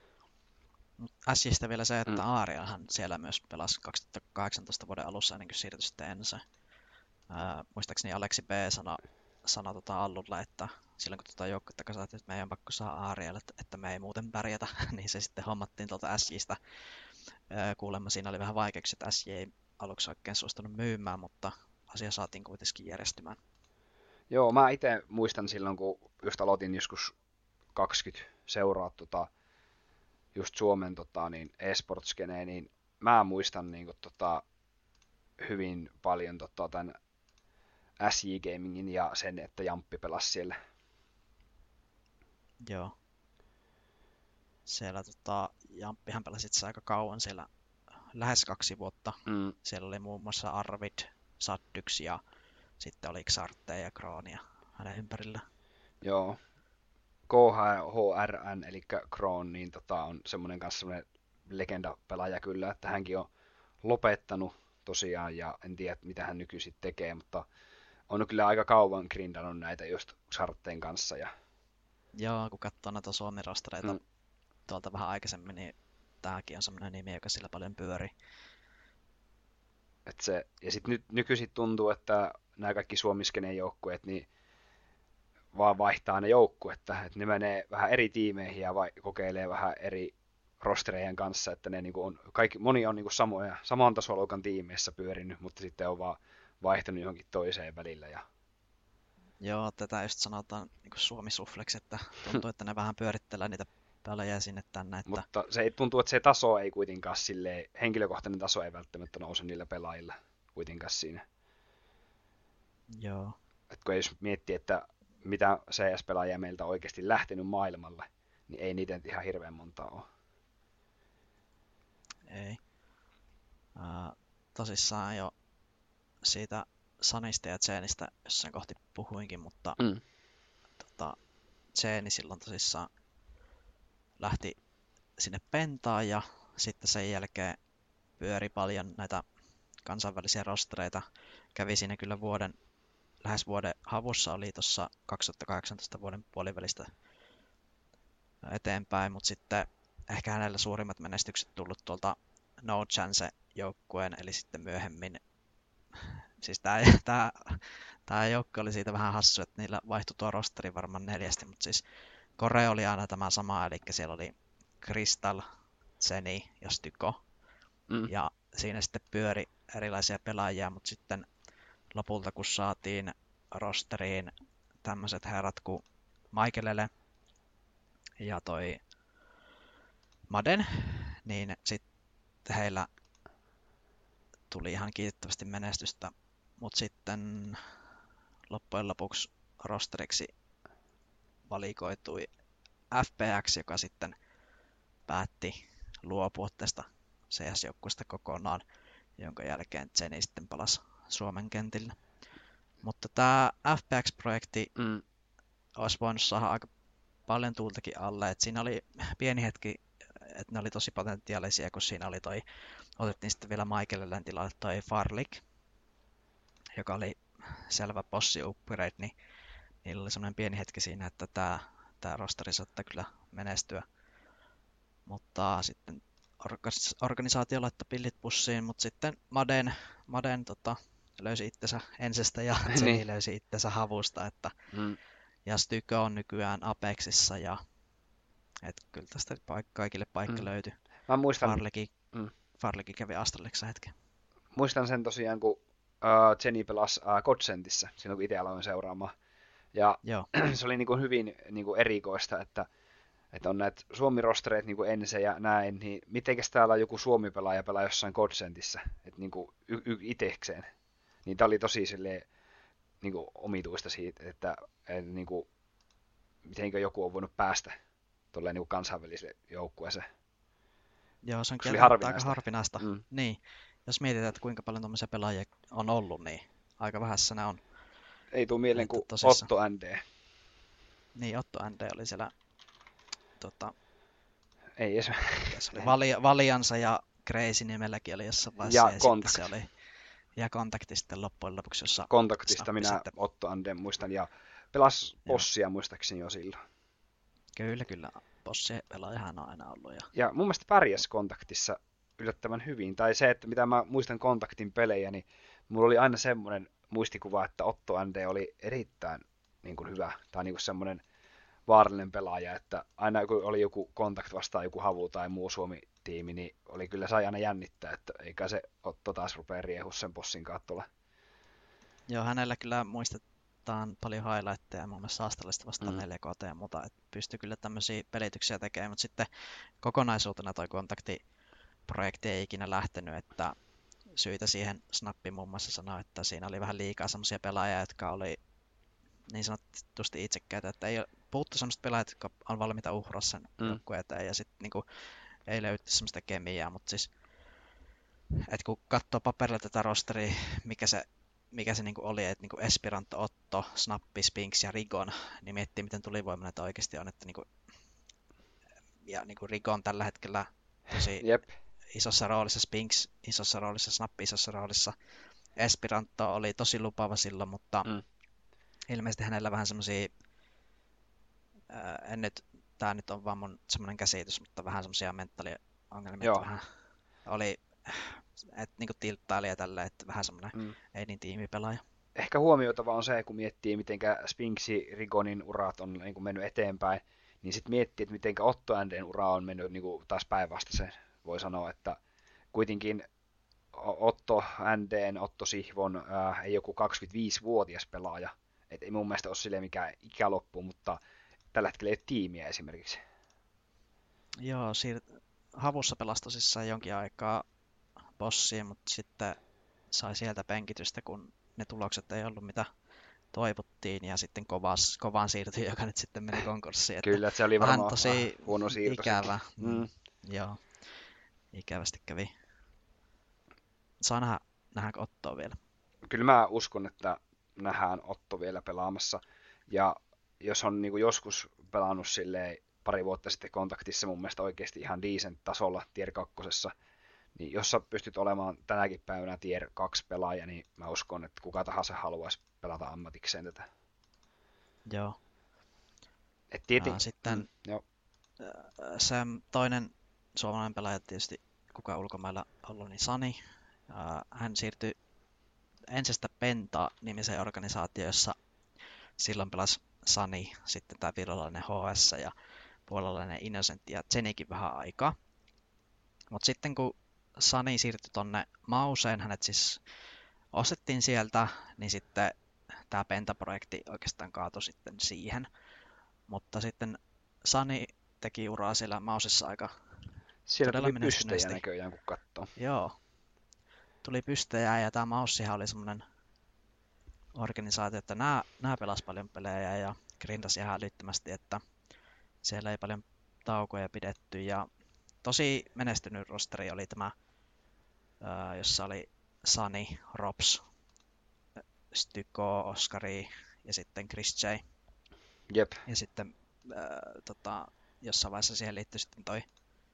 SJstä vielä se, Mm, että Aariahan siellä myös pelasi 2018 vuoden alussa ennen kuin siirtyi sitten Ense. Muistaakseni Aleksi B sanoi Allulle, että silloin kun joukkuetta kasattiin, että meidän on pakko saada Aarialle, että me ei muuten pärjätä, niin se sitten hommattiin tuolta SJstä. Kuulemma siinä oli vähän vaikeuksia, että SJ ei aluksi oikein suostunut myymään, mutta asia saatiin kuitenkin järjestymään. joo, mä itse muistan silloin, kun just aloitin joskus 20 seuraa just Suomen niin esports-skeneen, niin mä muistan niin kun, hyvin paljon tämän SJ Gamingin ja sen, että Jamppi pelasi siellä. Joo. Siellä Jamppihan pelasi itse aika kauan siellä, lähes 2 vuotta. Mm, Siellä oli muun muassa Arvid, Saddyx ja sitten oli Xarte ja Kroonia hänen ympärillä. joo, KHRN, eli Kroon, niin on semmoinen kanssa semmoinen legenda-pelaaja kyllä, että hänkin on lopettanut tosiaan, ja en tiedä, mitä hän nykyisin tekee, mutta on kyllä aika kauan grindannut näitä just Xarteen kanssa. Ja, Joo, kun katsoo näitä Suomi-rostereita mm, tuolta vähän aikaisemmin, niin tämäkin on semmoinen nimi, joka sillä paljon pyörii. ja sitten nyt nykyisin tuntuu, että nämä kaikki suomiskeneen joukkueet, niin vaan vaihtaa ne joukkuetta, että ne menee vähän eri tiimeihin ja kokeilee vähän eri rostereiden kanssa, että ne niinku moni on niinku saman tasoluokan tiimeissä pyörinyt, mutta sitten on vaan vaihtunut johonkin toiseen välillä. Ja... Joo, tätä just sanotaan niin kuin Suomi-sufleksi, että tuntuu, että ne vähän pyörittelee niitä pelejä sinne tänne, että Mutta se ei tuntuu, että se taso ei kuitenkaan silleen, henkilökohtainen taso ei välttämättä nouse niillä pelaajilla kuitenkaan siinä. joo, Et kun jos miettii, että mitä CS-pelaajia meiltä on oikeasti lähtenyt maailmalle, niin ei niitä nyt ihan hirveän montaa ole. ei. Tosissaan jo siitä Sanista ja Zeenistä jossain kohti puhuinkin, mutta Mm. Zeeni silloin tosissaan lähti sinne Pentaan ja sitten sen jälkeen pyöri paljon näitä kansainvälisiä rostereita. Kävi siinä kyllä lähes vuoden havussa, oli tuossa 2018 vuoden puolivälistä eteenpäin, mutta sitten ehkä hänellä suurimmat menestykset tullut tuolta No Chance-joukkueen, eli sitten myöhemmin, siis tämä joukkue oli siitä vähän hassu, että niillä vaihtui tuo rosteri varmaan 4, mutta siis Kore oli aina tämä sama, eli siellä oli Crystal, Zeni ja Styko, ja siinä sitten pyöri erilaisia pelaajia, mutta sitten lopulta kun saatiin rosteriin tämmöiset herrat kuin Michaelele ja toi Maden, niin sitten heillä tuli ihan kiitettävästi menestystä, mutta sitten loppujen lopuksi rosteriksi valikoitui FPX, joka sitten päätti luopua tästä CS-joukkueesta kokonaan, jonka jälkeen Zeni sitten palasi Suomen kentille. Mutta tämä FPX-projekti olisi voinut saada aika paljon tuultakin alle, että siinä oli pieni hetki, että ne oli tosi potentiaalisia, kun siinä oli otettiin sitten vielä Michaelille tilalle toi Farlik, joka oli selvä bossi upgrade, niin niillä oli semmoinen pieni hetki siinä, että tämä rosteri saattaa kyllä menestyä. Mutta sitten organisaatio laittoi pillit pussiin, mutta sitten Maden löysi itsensä ensestä ja Zeni löysi itsensä havusta, että ja Styko on nykyään Apexissa ja että kyllä tästä kaikille paikka löytyi. Mä muistan, Farlikin kävi Astraleksa hetken. Muistan sen tosiaan, kun Zeni pelasi Godsentissä, silloin kun itse aloin seuraamaan. Ja se oli niin kuin hyvin niin kuin erikoista, että on näitä Suomi-rostereita niin kuin Ense ja näin, niin mitenkäs täällä on joku Suomi-pelaaja pelaa jossain Godsentissä, että niin kuin itekseen. Niin tää oli tosi silleen niin kuin omituista siitä, että niin kuin, mitenkö joku on voinut päästä tolleen niin kuin kansainväliselle joukkueeseen. Joo, se on aika harvinaista. Niin, jos mietitään, että kuinka paljon tuommoisia pelaajia on ollut, niin aika vähässä ne on. Ei tule mieleen kuin Otto ND. Niin, Otto ND oli siellä ei edes. Se oli Valiansa ja Crazy nimelläkin oli jossain vaiheessa. Ja Contact. Se oli, ja Kontakti sitten loppujen lopuksi, jossa Kontaktista minä sitten Otto Anden muistan, ja pelasi Bossia muistaakseni jo silloin. Kyllä. Bossi-pelaajahan on aina ollut. Ja mun mielestä pärjäs Kontaktissa yllättävän hyvin. Tai se, että mitä mä muistan Kontaktin pelejä, niin mulla oli aina semmoinen muistikuva, että Otto Ande oli erittäin niin kuin hyvä. Tai niin kuin semmoinen vaarallinen pelaaja, että aina kun oli joku Kontakt vastaan joku Havu tai muu Suomi-tiimi, niin sai aina jännittää, että eikä se Otto taas rupea riehu sen bossin kattolla. Joo, hänellä kyllä muistetaan paljon highlightteja, muun muassa Astralista vastaan 4KT ja muuta, että pystyy kyllä tämmöisiä pelityksiä tekemään, mutta sitten kokonaisuutena toi kontaktiprojekti ei ikinä lähtenyt, että syitä siihen Snappi muun muassa sanoi, että siinä oli vähän liikaa semmoisia pelaajia, jotka oli niin sanotusti itsekkäitä, että ei puuttu semmoista pelaajat, jotka on valmiita uhraa sen joukkueen eteen, ja sitten niinku, ei löyty semmoista kemiaa, mutta siis että kun katsoo paperilla tätä rosteria, mikä se niinku oli, että niinku Esperanto, Otto, Snappi, Spinks ja Rigon, niin miettii, miten tulivoimainen että oikeasti on, että niinku, ja niinku Rigon tällä hetkellä tosi isossa roolissa, Spinks isossa roolissa, Snappi isossa roolissa, Esperanto oli tosi lupaava silloin, mutta ilmeisesti hänellä vähän semmosia, tää nyt on vaan mun semmoinen käsitys, mutta vähän semmosia mentaaliongelmia, että vähän oli, että niinku tilttaili ja tälleen, että vähän semmoinen ei niin tiimipelaaja. Ehkä huomioitava on se, kun miettii, mitenkä Spinksi Rigonin urat on niin kuin mennyt eteenpäin, niin sitten miettii, että mitenkä Otto Anden ura on mennyt niin kuin taas päinvastaiseen. Voi sanoa, että kuitenkin Otto Anden, Otto Sihvon ei joku 25-vuotias pelaaja. Et ei mun mielestä ole silleen mikään ikäloppu, mutta tällä hetkellä ei ole tiimiä esimerkiksi. Joo, Havussa pelasi tosissaan jonkin aikaa bossiin, mutta sitten sai sieltä penkitystä, kun ne tulokset ei ollut mitä toivottiin, ja sitten kovaan siirtyi, joka nyt sitten meni konkurssiin. Kyllä, että se oli varmaan tosi huono siirto. Ikävä. Joo, ikävästi kävi. Saa nähdä Ottoa vielä. Kyllä mä uskon, että nähdään Otto vielä pelaamassa. Ja jos on niin kuin joskus pelannut silleen pari vuotta sitten Kontaktissa mun mielestä oikeasti ihan decent tasolla tier 2, Niin jos sä pystyt olemaan tänäkin päivänä tier 2 pelaaja, niin mä uskon, että kuka tahansa haluaisi pelata ammatikseen tätä. Joo. Et Sitten joo. se toinen suomalainen pelaaja tietysti, kuka ulkomailla ollut, niin Sani. Hän siirtyi ensistä Penta-nimiseen organisaatioon, jossa silloin pelasi Sani, sitten tämä virolainen HS ja puolalainen Innocent ja Zenikin vähän aikaa. Mutta sitten kun Sani siirtyi tonne Mauseen, hänet siis ostettiin sieltä, niin sitten tämä Penta-projekti oikeastaan kaatui sitten siihen. Mutta sitten Sani teki uraa siellä Mausessa aika Siellä todella tuli pystejä menestyneesti. näköjään, kun katsoo. Joo, tuli pystejä ja tämä Maussihan oli semmoinen organisaatio, että nämä pelasi paljon pelejä ja grindasi ihan älyttömästi, että siellä ei paljon taukoja pidetty ja tosi menestynyt rosteri oli tämä, jossa oli Sani, Robs, Styko, Oskari ja sitten Chris J. Jep. Ja sitten jossain vaiheessa siihen liittyi sitten toi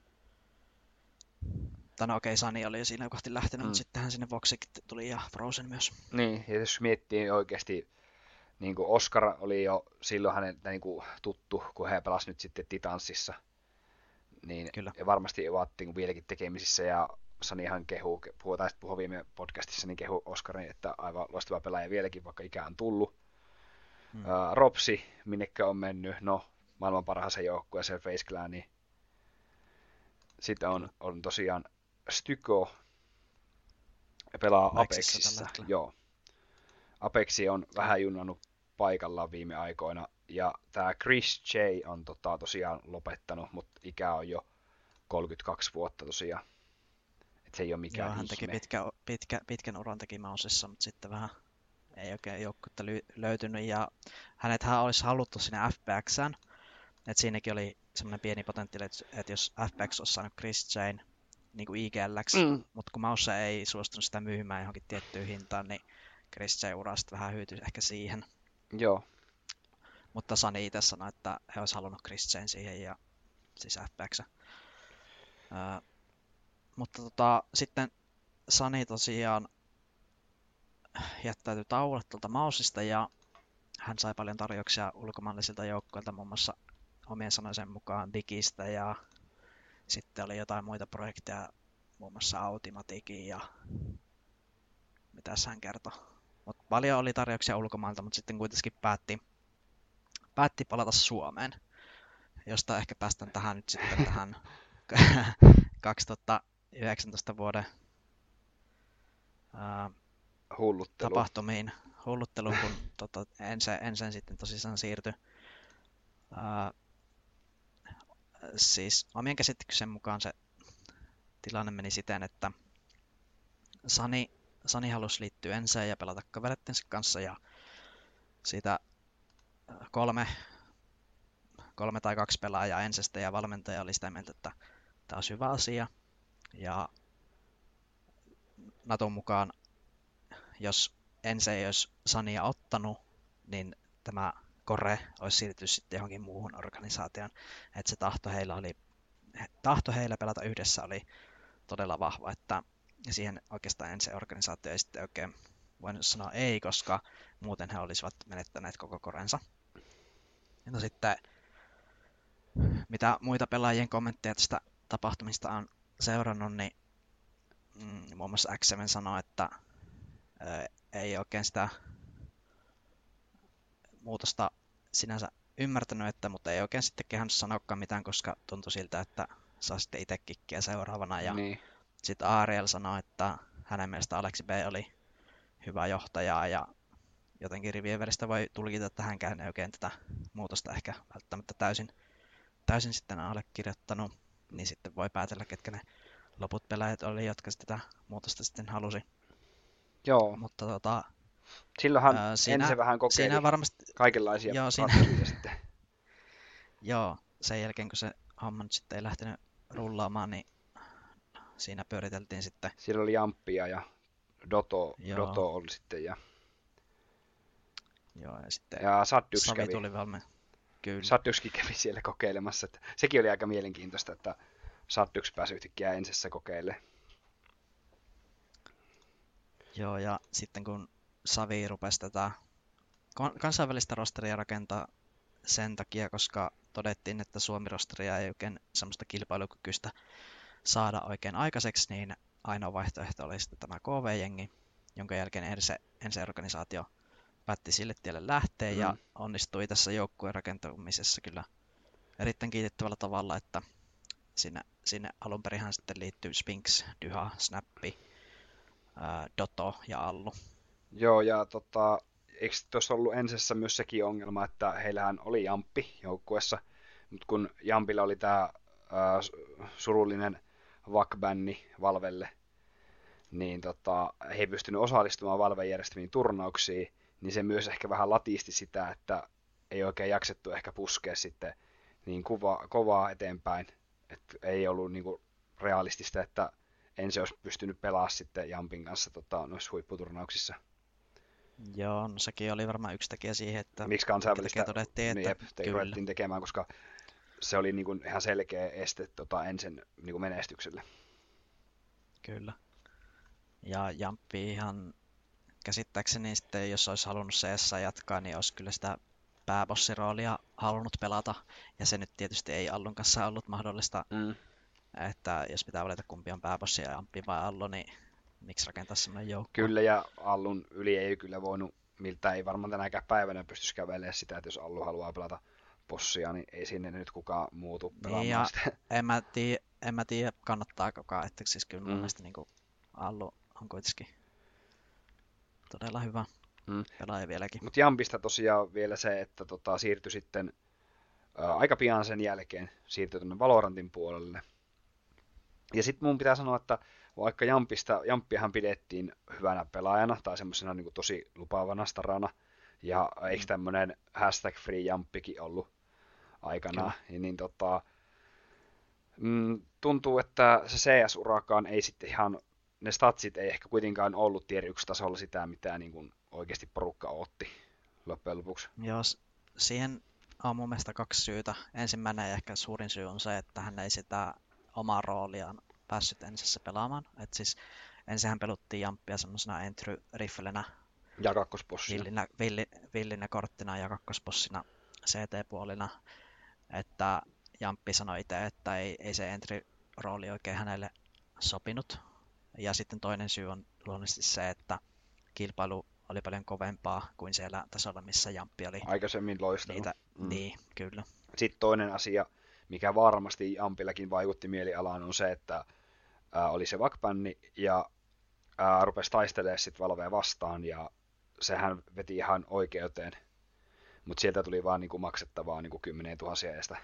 no okei, Sani oli jo siinä kohti lähtenyt, mutta sittenhän sinne Voxic tuli ja Frozen myös. Niin, ja jos miettii oikeasti, niin kuin Oscar oli jo silloin hänen niin kuin tuttu, kun he pelasi nyt sitten Titansissa. Niin Kyllä. ja varmasti ovat niin kuin vieläkin tekemisissä, ja Sanihan puhuu viime podcastissa, niin kehu Oscarin, että aivan loistava pelaaja vieläkin, vaikka ikä on tullut. Ropsi, minnekä on mennyt, no maailman parhaaseen joukkueeseen Face Claniin. Sitten on tosiaan Styko, pelaa Apexissa. Joo. Apexi on vähän junnannut paikallaan viime aikoina, ja tämä Chris J on tosiaan lopettanut, mutta ikä on jo 32 vuotta tosiaan. Et se ei ole mikään hän teki pitkän uran teki Mausissa, mutta sitten vähän ei oikein joukkuetta löytynyt, ja hänethän olisi haluttu sinne FPXään, että siinäkin oli semmoinen pieni potentiaali, että jos FPX olisi saanut Chris Jane niin kuin IGL:ksi, mutta kun Maussa ei suostunut sitä myymään johonkin tiettyyn hintaan, niin Chris J ura sitten vähän hyytyi ehkä siihen. Joo. Mutta Sani itse sanoi, että he olisi halunnut Chris Jane siihen ja siis FPX. Mutta sitten Sani tosiaan jättäytyi tauolle tuolta Mausista ja hän sai paljon tarjouksia ulkomaalaisilta joukkoilta, muun muassa omien sanoisen mukaan Digistä ja sitten oli jotain muita projekteja, muun muassa Automatikin ja mitäs hän kertoi. Mut paljon oli tarjouksia ulkomailta, mutta sitten kuitenkin päätti palata Suomeen, josta ehkä päästään tähän nyt sitten tähän 2019 vuoden tapahtumiin, hullutteluun, kun ensin sitten tosissaan siirtyi. Siis omien käsityksen mukaan se tilanne meni siten, että Sani halusi liittyä enseen ja pelata kaverittensa kanssa ja siitä kolme tai kaksi pelaajaa ensestä ja valmentaja oli sitä mieltä, että tämä on hyvä asia. Ja Naton mukaan, jos ensin ei olisi Sania ottanut, niin tämä Kore olisi siirtynyt sitten johonkin muuhun organisaatioon. Että se tahto heillä pelata yhdessä oli todella vahva, että siihen oikeastaan ensin organisaatio ei sitten oikein voinut sanoa ei, koska muuten he olisivat menettäneet koko Korensa. No sitten, mitä muita pelaajien kommentteja tästä tapahtumista on seurannut, niin muun muassa X7 sanoi, että ei oikein sitä muutosta sinänsä ymmärtänyt, mutta ei oikein sitten kehannut sanoakaan mitään, koska tuntui siltä, että saa sitten itse kikkiä seuraavana. Ja niin. Sitten Ariel sanoi, että hänen mielestä Aleksi B oli hyvä johtaja ja jotenkin rivien välistä voi tulkita, että hänkään ei oikein tätä muutosta ehkä välttämättä täysin sitten allekirjoittanut, niin sitten voi päätellä, ketkä ne loput pelaajat oli, jotka tätä muutosta sitten halusi. Joo. Mutta silloinhan ensin vähän kokeili varmasti, kaikenlaisia ratkaisuja sitten. Joo, sen jälkeen kun se homma nyt sitten ei lähtenyt rullaamaan, niin siinä pyöriteltiin sitten. Siellä oli Jamppia ja Doto oli sitten ja sitten Saddux Savi tuli valmiin. Kyllä. Sadduxkin kävi siellä kokeilemassa. Että sekin oli aika mielenkiintoista, että Saddux pääsi yhtäkkiä ensessä kokeilemaan. Joo, ja sitten kun Savi rupesi tätä kansainvälistä rosteria rakentaa sen takia, koska todettiin, että Suomi-rosteria ei oikein semmoista kilpailukykyistä saada oikein aikaiseksi, niin ainoa vaihtoehto oli sitten tämä KV-jengi, jonka jälkeen ensi organisaatio päätti sille tielle lähteä ja onnistui tässä joukkueen rakentamisessa kyllä erittäin kiitettävällä tavalla, että sinne alun perinhän sitten liittyy Spinks, Dyha, Snappi, Doto ja Allu. Joo, ja eikö tuossa ollut ensessä myös sekin ongelma, että heillähän oli Jamppi joukkueessa, mutta kun Jampilla oli tämä surullinen vakbänni Valvelle, niin he ei pystynyt osallistumaan Valven järjestämiin turnauksiin, niin se myös ehkä vähän latisti sitä, että ei oikein jaksettu ehkä puskea sitten niin kovaa eteenpäin, että ei ollut niinku realistista, että ensin olisi pystynyt pelaamaan sitten Jampin kanssa noissa huipputurnauksissa. Joo, no sekin oli varmaan yksi tekijä siihen, että miksi kansainvälistä todettiin, että ruvettiin tekemään, koska se oli niinku ihan selkeä este ensin niinku menestykselle. Kyllä. Ja Jamppi ihan käsittääkseni sitten, jos olisi halunnut CS jatkaa, niin olisi kyllä sitä pääbossiroolia halunnut pelata. Ja se nyt tietysti ei Allun kanssa ollut mahdollista. Että jos pitää valita kumpi on pääbossi ja Jamppi vai Allu, niin miksi rakentaa semmoinen joukko? Kyllä, ja Allun yli ei kyllä voinut, miltä ei varmaan tänäkään päivänä pystyisi kävelemään sitä, että jos Allu haluaa pelata bossia, niin ei sinne nyt kukaan muutu pelaamaan niin, ja sitä. En mä tiedä kannattaakokaan, että siis kyllä mun mielestä niin kuin Allu on kuitenkin todella hyvä pelaaja vieläkin. Mutta Jampista tosiaan vielä se, että siirtyi sitten aika pian sen jälkeen siirtyi tuonne Valorantin puolelle. Ja sitten mun pitää sanoa, että vaikka Jamppiahan pidettiin hyvänä pelaajana tai semmoisena niin tosi lupaavana starana, ja eikö tämmöinen #FreeJamppikin ollut aikanaan, niin tuntuu, että se CS-urakaan ei sitten ihan, ne statsit ei ehkä kuitenkaan ollut tier 1 tasolla sitä, mitä niin kuin oikeasti porukka otti loppujen lopuksi. Joo, siihen on mun mielestä 2 syytä. Ensimmäinen ja ehkä suurin syy on se, että hän ei sitä omaa rooliaan päässyt ensissä pelaamaan. Et siis ensinhän peluttiin Jamppia semmoisena entry-riffelenä ja kakkosbossina. Villinä korttina ja kakkosbossina CT-puolina. Että Jamppi sanoi itse, että ei se entry-rooli oikein hänelle sopinut. Ja sitten toinen syy on luonnollisesti se, että kilpailu oli paljon kovempaa kuin siellä tasolla, missä Jamppi oli. Aikaisemmin loistanut. Niin, kyllä. Sitten toinen asia, mikä varmasti Jampillakin vaikutti mielialaan, on se, että oli se vakbänni ja rupesi taistelemaan sitten Valvea vastaan ja sehän veti ihan oikeuteen. Mutta sieltä tuli vaan niinku maksettavaa niinku 10 000 edestä.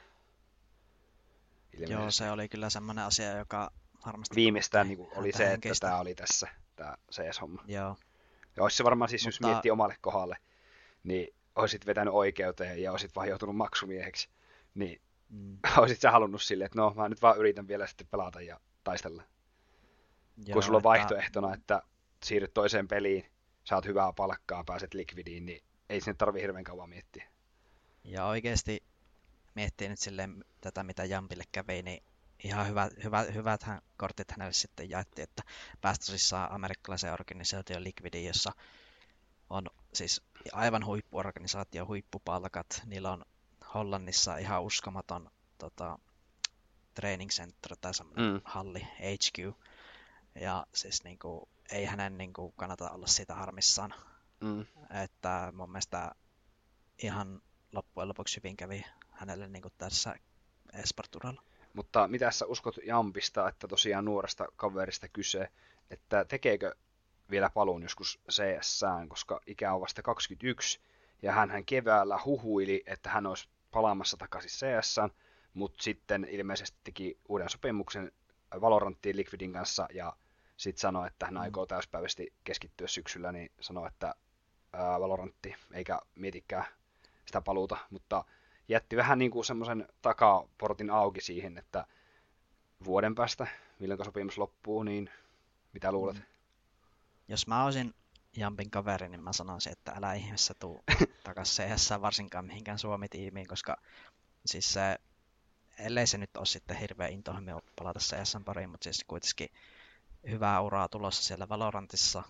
Joo, se oli kyllä semmoinen asia, joka varmasti viimeistään niinku oli se, henkistä. Että tämä oli tässä, tämä CS-homma. Joo. Ja olisi se varmaan siis, jos miettii omalle kohdalle, niin olisit vetänyt oikeuteen ja olisit vaan joutunut maksumieheksi, niin olisit sä halunnut silleen, että no mä nyt vaan yritän vielä sitten pelata ja taistella. Joo, kun sulla on vaihtoehtona, että siirryt toiseen peliin, saat hyvää palkkaa, pääset likvidiin, niin ei sinne tarvi hirveän kauan miettiä. Ja oikeasti miettii nyt silleen tätä, mitä Jampille kävi, niin ihan hyvät kortit hänelle sitten jaettiin, että pääsi tosissaan amerikkalaisen organisaation Liquidiin, jossa on siis aivan huippuorganisaatio, huippupalkat. Niillä on Hollannissa ihan uskomaton training center tai semmoinen halli, HQ. Ja siis niinku, ei hänen niinku kannata olla siitä harmissaan. Että mun mielestä ihan loppujen lopuksi hyvin kävi hänelle niinku tässä esport-uralla. Mutta mitä sä uskot Jampista, että tosiaan nuoresta kaverista kyse, että tekeekö vielä paluun joskus CS-sään, koska ikä on vasta 21, ja hän keväällä huhuili, että hän olisi palaamassa takaisin CS-sään, mutta sitten ilmeisesti teki uuden sopimuksen Valoranttiin Liquidin kanssa, ja sitten sanoi, että hän aikoo täyspäiväisesti keskittyä syksyllä, niin sanoi, että Valorantti, eikä mietikään sitä paluuta, mutta jätti vähän niin kuin semmoisen takaportin auki siihen, että vuoden päästä, milloin sopimus loppuu, niin mitä luulet? Jos mä olisin Jampin kaveri, niin mä sanoisin, että älä ihmeessä tuu takaisin CS, varsinkaan mihinkään Suomi-tiimiin, koska siis se, ellei se nyt ole sitten hirveä intohimo palata CS:n pariin, mutta siis kuitenkin hyvää uraa tulossa siellä Valorantissa,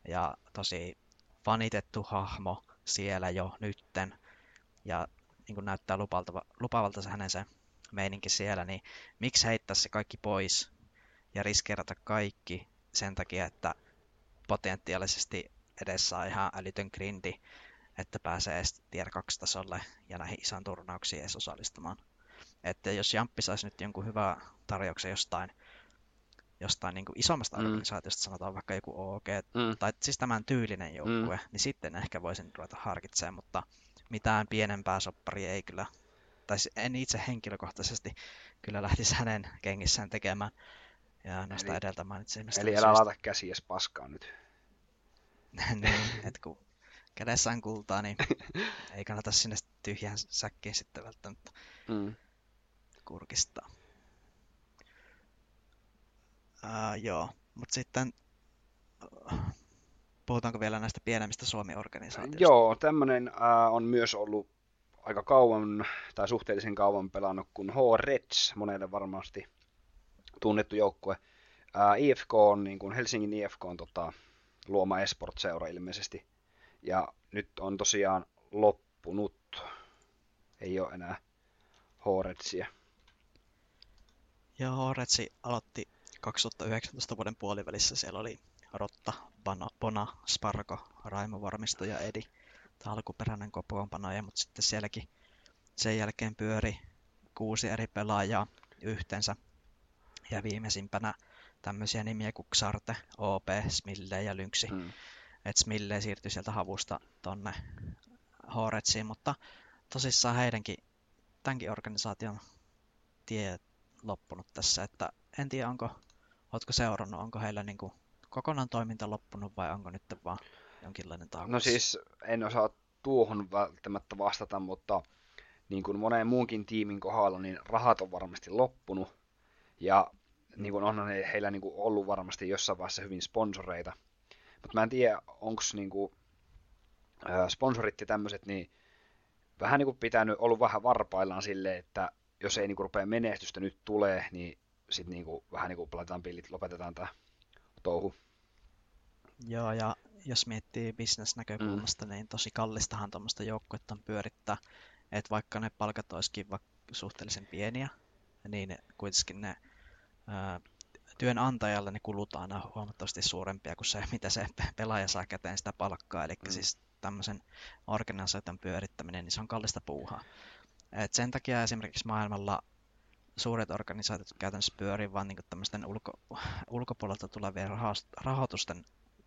ja tosi fanitettu hahmo siellä jo nytten. Ja niin kuin näyttää lupaavalta se hänen se meininki siellä, niin miksi heittää se kaikki pois ja riskeerata kaikki sen takia, että potentiaalisesti edessä on ihan älytön grindi, että pääsee edes tier 2-tasolle ja näihin isoihin turnauksiin edes osallistumaan. Että jos Jamppi saisi nyt jonkun hyvän tarjouksen jostain niin kuin isommasta organisaatiosta, sanotaan vaikka joku OG, tai siis tämän tyylinen joukkue, niin sitten ehkä voisin ruveta harkitsemaan, mutta mitään pienempää sopparia ei kyllä, tai en itse henkilökohtaisesti kyllä lähtisi hänen kengissään tekemään. Ja noista edeltä mainitsemista. Eli älä laita käsiäsi paskaan nyt. Niin, että kun kädessä on kultaa, niin ei kannata sinne tyhjään säkkiin sitten välttämättä kurkistaa. Joo, mutta sitten puhutaanko vielä näistä pienemmistä Suomi-organisaatioista? Joo, tämmöinen on myös ollut aika kauan, tai suhteellisen kauan pelannut kuin H-Reds, monelle varmasti tunnettu joukkue. IFK on, niin kuin Helsingin IFK on luoma esport-seura ilmeisesti. Ja nyt on tosiaan loppunut. Ei ole enää H-Redsia. Joo, H-Redsi aloitti 2019 vuoden puolivälissä. Siellä oli Rotta, Bona, Sparko, Raimo Varmisto ja Edi. Tämä alkuperäinen kokoonpano, mutta sitten sielläkin sen jälkeen pyöri 6 eri pelaajaa yhteensä. Ja viimeisimpänä tämmöisiä nimiä kuin Xarte, OP, Smille ja Lynxi. Et Smille siirtyi sieltä havusta tonne H-Redsiin, mutta tosissaan tämänkin organisaation tie loppunut tässä. Että en tiedä, ootko seurannut, onko heillä niinku kokonaan toiminta loppunut vai onko nyt vaan jonkinlainen tauko? No siis en osaa tuohon välttämättä vastata, mutta niin kuin moneen muunkin tiimin kohdalla, niin rahat on varmasti loppunut. Ja niin kuin onhan heillä niin kuin ollut varmasti jossain vaiheessa hyvin sponsoreita. Mutta mä en tiedä, onko niin kuin sponsorit ja tämmöiset, niin vähän niin kuin pitänyt ollut vähän varpaillaan silleen, että jos ei niin kuin rupea menestystä nyt tulee, niin sitten niin kuin vähän niin kuin laitetaan pillit, lopetetaan tämä touhu. Joo, ja jos miettii bisnesnäkökulmasta, niin tosi kallistahan tuommoista joukkuetta on pyörittää, että vaikka ne palkat olisikin suhteellisen pieniä, niin kuitenkin ne työnantajalle ne kulut on aina huomattavasti suurempia kuin se, mitä se pelaaja saa käteen sitä palkkaa. Eli siis tämmöisen organisaation pyörittäminen, niin se on kallista puuhaa. Et sen takia esimerkiksi maailmalla suuret organisaatiot käytännössä pyörii vaan niin tämmöisten ulkopuolelta tulevien rahoitusten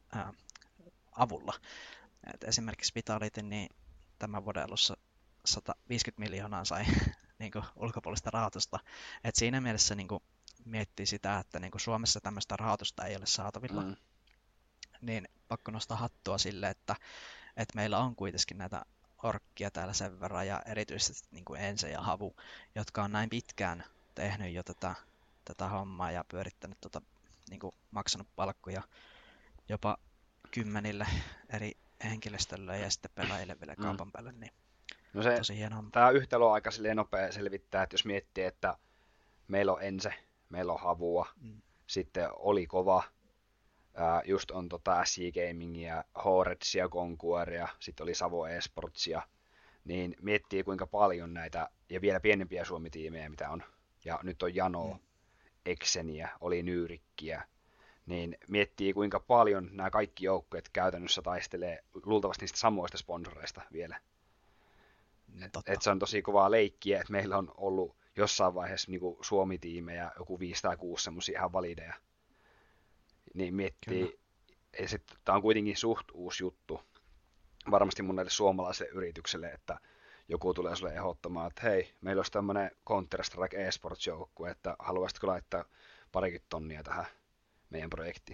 avulla. Et esimerkiksi Vitality niin tämän vuoden alussa 150 miljoonaa sai niin ulkopuolista rahoitusta. Et siinä mielessä niin miettii sitä, että niin Suomessa tämmöistä rahoitusta ei ole saatavilla, niin pakko nostaa hattua sille, että meillä on kuitenkin näitä orkkia täällä sen verran, ja erityisesti niin kuin Ense ja Havu, jotka on näin pitkään tehnyt jo tätä hommaa ja pyörittänyt niin kuin maksanut palkkoja jopa 10 eri henkilöstölle ja sitten pelaajille vielä kaupan päälle, niin no se, tosi hieno homma. Tämä yhtälö on aika nopea selvittää, että jos miettii, että meillä on Ense, meillä on Havua, sitten oli kova, just on SJ Gamingia, H-Redsia, Conqueria, sitten oli Savo Esportsia, niin miettii kuinka paljon näitä, ja vielä pienempiä Suomi-tiimejä mitä on, ja nyt on Janoa, Exeniä, oli Nyyrikkiä, niin miettii kuinka paljon nämä kaikki joukkueet käytännössä taistelee luultavasti niistä samoista sponsoreista vielä. Et se on tosi kovaa leikkiä, että meillä on ollut jossain vaiheessa niin kuin Suomi-tiimejä, joku 5 tai 6 semmoisia ihan valideja. Niin miettii, ja sitten tämä on kuitenkin suht uusi juttu, varmasti monelle suomalaiselle yritykselle, että joku tulee sulle ehdottamaan, että hei, meillä olisi tämmöinen Counter-Strike eSports-joukkue, että haluaisitko laittaa 20 tonnia tähän meidän projektiin.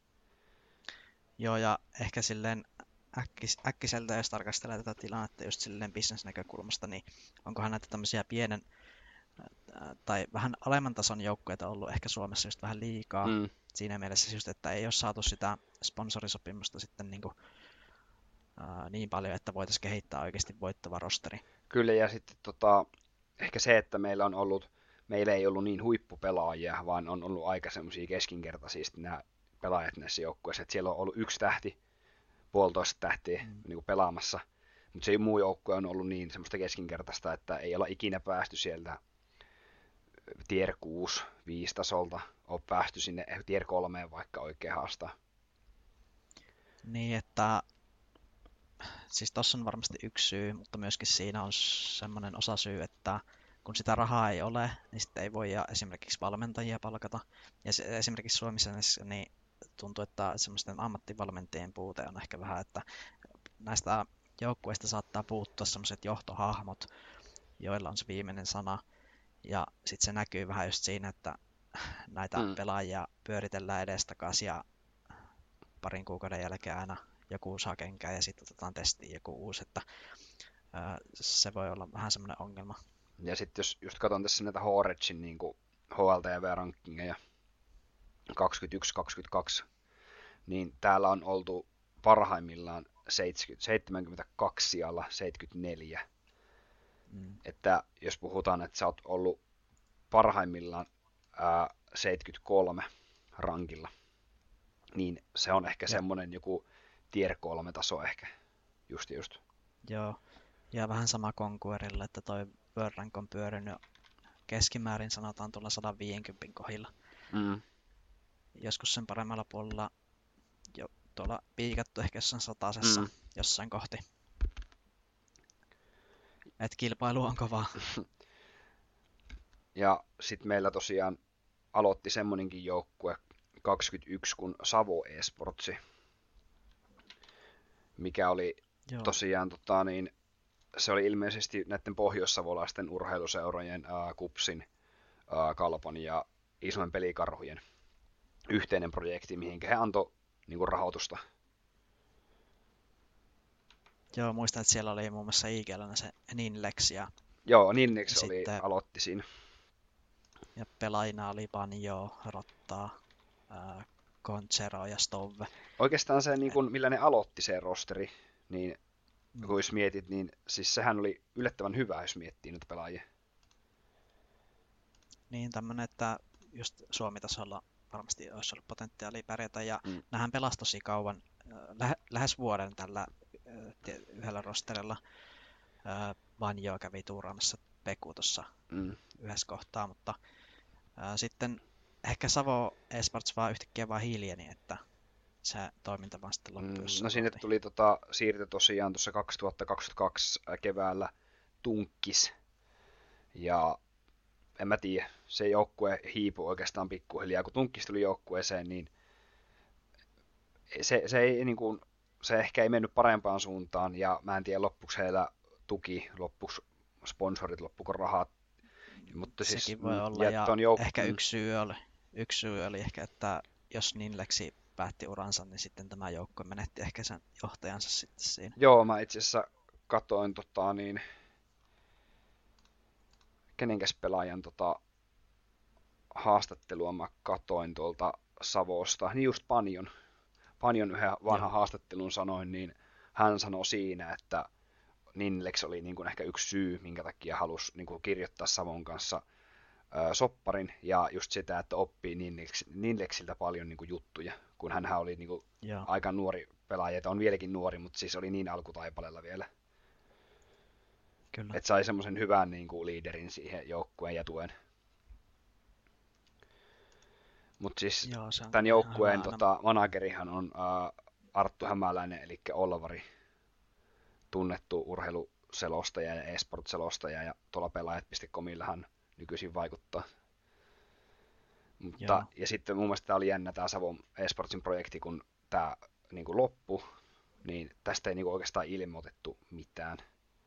Joo, ja ehkä silleen äkkiseltä, jos tarkastelee tätä tilannetta just silleen bisnesnäkökulmasta, niin onkohan näitä tämmöisiä pienen tai vähän alemman tason joukkueita ollut ehkä Suomessa just vähän liikaa. Siinä mielessä just, että ei ole saatu sitä sponsorisopimusta sitten niin paljon, että voitaisiin kehittää oikeasti voittava rosteri. Kyllä, ja sitten ehkä se, että meillä ei ollut niin huippupelaajia, vaan on ollut aika semmoisia keskinkertaisia nämä pelaajat näissä joukkueissa, että siellä on ollut yksi tähti, puolitoista tähtiä Mm. niin kuin pelaamassa. Mutta se muu joukkue on ollut niin semmoista keskinkertaista, että ei olla ikinä päästy sieltä tier 6-5 tasolta, ole päästy sinne tier 3 vaikka oikein haastaa. Niin, että siis tossa on varmasti yksi syy, mutta myöskin siinä on semmoinen osasyy, että kun sitä rahaa ei ole, niin sitten ei voi esimerkiksi valmentajia palkata. Ja esimerkiksi Suomessa niin tuntuu, että semmoisten ammattivalmentajien puute on ehkä vähän, että näistä joukkueista saattaa puuttua semmoiset johtohahmot, joilla on se viimeinen sana. Ja sitten se näkyy vähän just siinä, että näitä pelaajia pyöritellään edestakaisin ja parin kuukauden jälkeen aina joku saa kenkää ja sitten otetaan testiin joku uusi, että se voi olla vähän semmoinen ongelma. Ja sitten jos just katson tässä näitä Horedsin niin HLTV-rankingeja 21-22, niin täällä on oltu parhaimmillaan 72 sijalla 74. Että jos puhutaan, että sä oot ollut parhaimmillaan 73 rankilla, niin se on ehkä semmonen joku tier 3 taso ehkä. Just. Joo, ja vähän sama Conquerilla, että toi World Rank on pyörinyt keskimäärin sanotaan tuolla 150 kohdilla. Joskus sen paremmalla puolella jo tuolla piikattu ehkä jossain satasessa jossain kohti. Et kilpailu on kovaa. Ja sitten meillä tosiaan aloitti semmonenkin joukkue 21 kuin Savo Esportsi, mikä oli tosiaan se oli ilmeisesti näiden pohjoissavolaisten urheiluseurojen KuPSin, Kalpan ja Isojen pelikarhujen yhteinen projekti, mihin he antoi niinku rahoitusta. Joo, muistan, että siellä oli muun muassa IGL:nä se Ninlex ja joo, Ninlex oli aloitti siinä. Ja pelaajina oli Banjo, Rottaa, Conchero ja Stove. Oikeastaan se, niin kun, millä ne aloitti se rosteri, niin kun jos mietit, niin siis sehän oli yllättävän hyvä, jos miettii nyt pelaajia. Niin, tämmönen, että just Suomi-tasolla varmasti olisi ollut potentiaalia pärjätä, ja nämähän pelasi tosi kauan, lähes vuoden tällä yhdellä rosterilla. Banjo kävi tuuraamassa Peku tuossa yhdessä kohtaa, mutta sitten ehkä Savo Esports vaan yhtäkkiä vaan hiljeni, että se toiminta vaan sitten loppui. No sinne tuli siirto tosiaan tuossa 2022 keväällä Tunkkis. Ja en mä tiedä, se joukkue hiipui oikeastaan pikkuhiljaa. Kun Tunkkis tuli joukkueeseen, niin se ei niin kuin, se ehkä ei mennyt parempaan suuntaan. Ja mä en tiedä, loppuksi heillä tuki, loppuksi sponsorit, loppuko rahat. Mutta sekin siis, voi olla, ja ehkä yksi syy oli ehkä, että jos Ninlexi päätti uransa, niin sitten tämä joukkue menetti ehkä sen johtajansa sitten siinä. Joo, mä itse asiassa katoin kenenkäs pelaajan haastattelua mä katoin tuolta Savosta, niin just Panjon yhden vanhan haastattelun sanoin, niin hän sanoi siinä, että Ninlex oli niin kuin ehkä yksi syy, minkä takia halusi niin kuin kirjoittaa Savon kanssa sopparin, ja just sitä, että oppii Ninlexiltä paljon niin kuin juttuja, kun hänhän oli niin kuin aika nuori pelaaja, että on vieläkin nuori, mutta siis oli niin alkutaipaleella vielä. Kyllä. Että sai semmoisen hyvän niin kuin liiderin siihen joukkueen ja tuen. Mutta siis tämän joukkueen managerihan on Arttu Hämäläinen, eli Olvari, tunnettu urheiluselostaja ja e-sport-selostaja, ja tuolla pelaajat.comilla hän nykyisin vaikuttaa. Mutta, ja sitten mun mielestä tämä oli jännä tämä Savon eSportsin projekti, kun tämä niin kuin loppui, niin tästä ei niin kuin oikeastaan ilmoitettu mitään.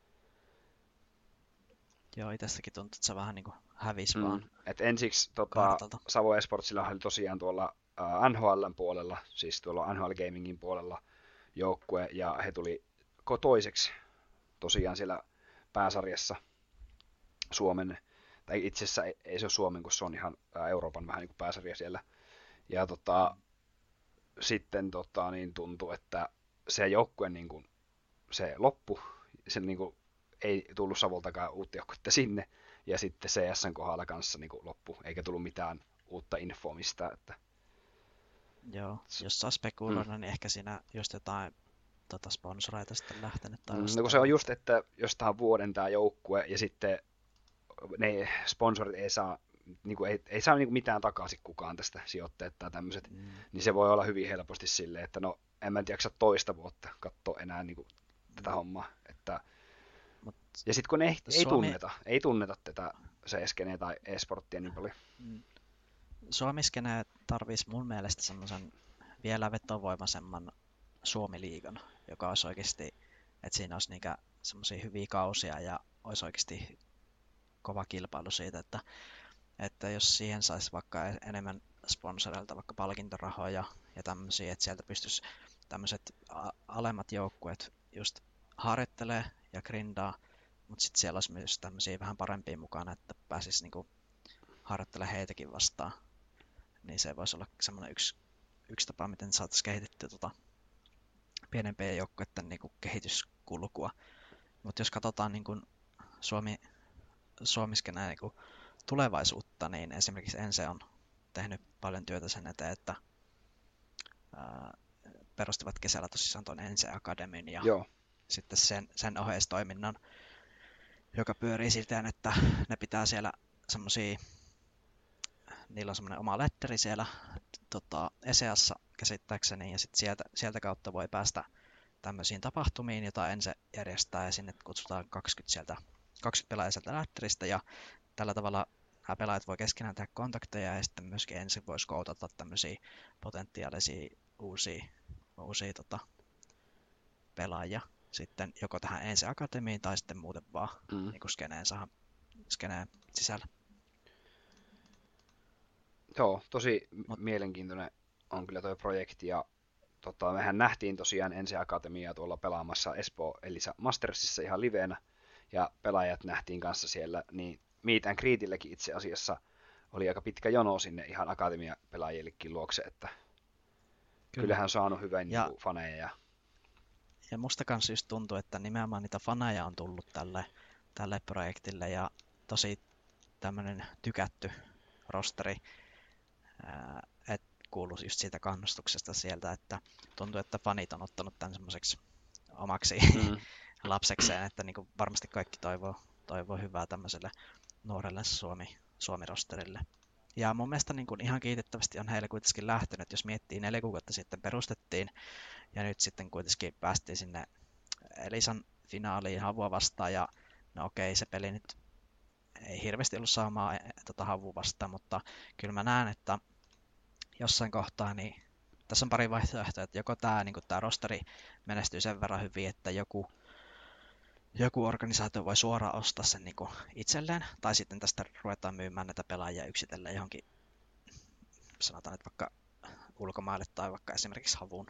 Joo, itsestäkin tuntuu, että se vähän niin kuin hävisi vaan. Et ensiksi Savo eSportsilla oli tosiaan tuolla NHLn puolella, siis tuolla NHL Gamingin puolella joukkue, ja he tuli toiseksi tosiaan siellä pääsarjassa Suomen, tai itse asiassa ei se ole Suomen, kun se on ihan Euroopan vähän niin kuin pääsarja siellä. Ja sitten niin tuntui, että se joukkue niin kuin, se loppui, se niin kuin, ei tullut Savoltakaan uutta joukkuetta sinne, ja sitten CS:n kohdalla kanssa niin kuin loppui, eikä tullut mitään uutta infoa mistään. Että... Joo, jos saa spekuloida, niin ehkä siinä just jotain sponsoreita sitten lähtenyt tai No kun se vastaavaa. on just, että jos tämä on vuoden tämä joukkue ja sitten ne sponsorit ei saa, ei saa mitään takaisin kukaan tästä sijoittajat tai tämmöiset, niin se voi olla hyvin helposti silleen, että no en mä jaksa toista vuotta katsoa enää tätä hommaa. Että, ja sitten kun ei tunneta tätä CS-skeneä tai e-sporttia niin paljon. Suomi-skene tarvitsisi mun mielestä semmoisen vielä vetovoimaisemman Suomi-liigan, joka olisi oikeasti, että siinä olisi niinkään semmoisia hyviä kausia ja olisi oikeasti kova kilpailu siitä, että jos siihen saisi vaikka enemmän sponsoreilta vaikka palkintorahoja ja tämmöisiä, että sieltä pystyisi tämmöiset alemmat joukkueet just harjoittelee ja grindaa, mutta sitten siellä olisi myös tämmöisiä vähän parempia mukana, että pääsisi niinku harjoittelemaan heitäkin vastaan. Niin se voisi olla semmoinen yksi tapa, miten saataisiin kehitettyä pienempien joukkueiden niinku kehityskulkua. Mutta jos katsotaan niinku Suomiskenää niinku tulevaisuutta, niin esimerkiksi Ense on tehnyt paljon työtä sen eteen, että perustivat kesällä tosissaan tuon Ense Academyn ja sitten sen oheistoiminnan, joka pyörii siltä, että ne pitää siellä semmosia, niillä on semmoinen oma lätteri siellä ESEassa käsittääkseni, ja sitten sieltä kautta voi päästä tämmöisiin tapahtumiin, jota Ense järjestää, ja sinne kutsutaan 20 pelaajaa sieltä lätteristä, ja tällä tavalla nämä pelaajat voi keskenään tehdä kontakteja, ja sitten myöskin Ense voisi koutata tämmöisiä potentiaalisia uusia pelaajia sitten joko tähän Ense Akatemiin tai sitten muuten vaan niin kuin skeneen sisällä. Joo, tosi mielenkiintoinen on kyllä tuo projekti ja mehän nähtiin tosiaan Ense Akatemiaa tuolla pelaamassa Espoo Elisa Mastersissa ihan liveenä ja pelaajat nähtiin kanssa siellä, niin Meet and Greetillekin itse asiassa oli aika pitkä jono sinne ihan akatemiapelaajillekin luokse, että kyllähän on saanut hyvän faneja. Ja musta kanssa just tuntuu, että nimenomaan niitä faneja on tullut tälle projektille ja tosi tämmöinen tykätty rosteri, että kuuluu just siitä kannustuksesta sieltä, että tuntuu, että fanit on ottanut tämän semmoiseksi omaksi lapsekseen, että niin kuin varmasti kaikki toivoo hyvää tämmöiselle nuorelle Suomi-rosterille. Ja mun mielestä niin kuin ihan kiitettävästi on heille kuitenkin lähtenyt, jos miettii 4 kuukautta sitten perustettiin ja nyt sitten kuitenkin päästiin sinne Elisan finaaliin Havua vastaan ja no okei, se peli nyt ei hirveästi ollut saamaan Havua vastaan, mutta kyllä mä näen, että jossain kohtaa niin tässä on pari vaihtoehtoa, että joko tämä niin rosteri menestyy sen verran hyvin, että joku organisaatio voi suoraan ostaa sen niin itselleen, tai sitten tästä ruvetaan myymään näitä pelaajia yksitellen johonkin, sanotaan nyt vaikka ulkomaille tai vaikka esimerkiksi Havuun.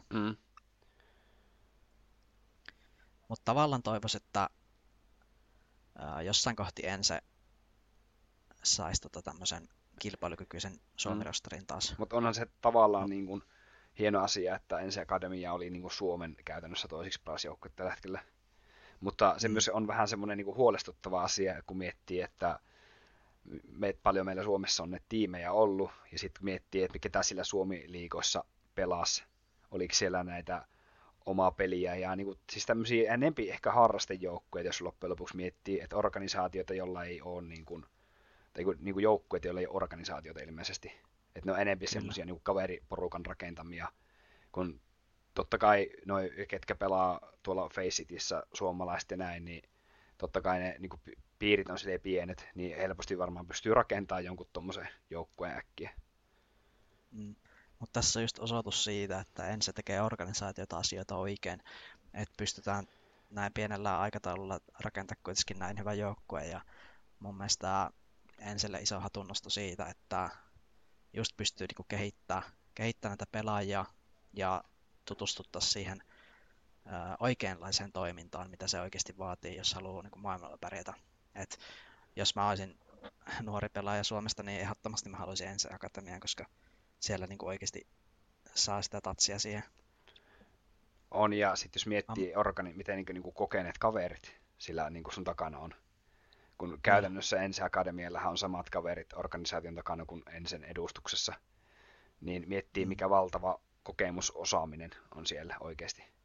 Mutta tavallaan toivoisin, että jossain kohti Ense saisi tämmöisen kilpailukykyisen Suomi-rosterin taas. Mutta onhan se tavallaan niin kuin hieno asia, että Ense Akademia oli niin kuin Suomen käytännössä toisiksi paras joukkue tällä hetkellä. Mutta se myös on vähän semmoinen niin kuin huolestuttava asia, kun miettii, että paljon meillä Suomessa on ne tiimejä ollut, ja sitten miettii, että ketä sillä Suomi-liigoissa pelasi, oliko siellä näitä omaa peliä, ja niin kuin, siis tämmöisiä enempi ehkä harrastejoukkueita, jos loppujen lopuksi miettii, että organisaatioita, joilla ei ole niin kuin joukkueita, joilla ei ole organisaatioita ilmeisesti, että ne on enempi semmoisia niin kuin kaveriporukan rakentamia, kun totta kai noi, ketkä pelaa tuolla Facetissä suomalaiset ja näin, niin totta kai ne niin kuin piirit on silleen pienet, niin helposti varmaan pystyy rakentamaan jonkun tommosen joukkueen äkkiä. Mutta tässä on just osoitus siitä, että Ense tekee organisaatiota asioita oikein, että pystytään näin pienellä aikataululla rakentamaan kuitenkin näin hyvä joukkue, ja mun mielestä Enselle iso hatunnosto siitä, että just pystyy niinku kehittämään näitä pelaajia ja tutustuttaa siihen oikeanlaiseen toimintaan, mitä se oikeasti vaatii, jos haluaa niin kuin maailmalla pärjätä. Et jos mä olisin nuori pelaaja Suomesta, niin ehdottomasti mä haluaisin Ense Akatemiaan, koska siellä niin kuin oikeasti saa sitä tatsia siihen. On, ja sitten jos miettii miten niin kuin kokeneet kaverit sillä niin kuin sun takana on, kun käytännössä Ense Akademiallahan on samat kaverit organisaation takana kuin Ensen edustuksessa, niin miettii mikä valtava kokemusosaaminen on siellä oikeasti.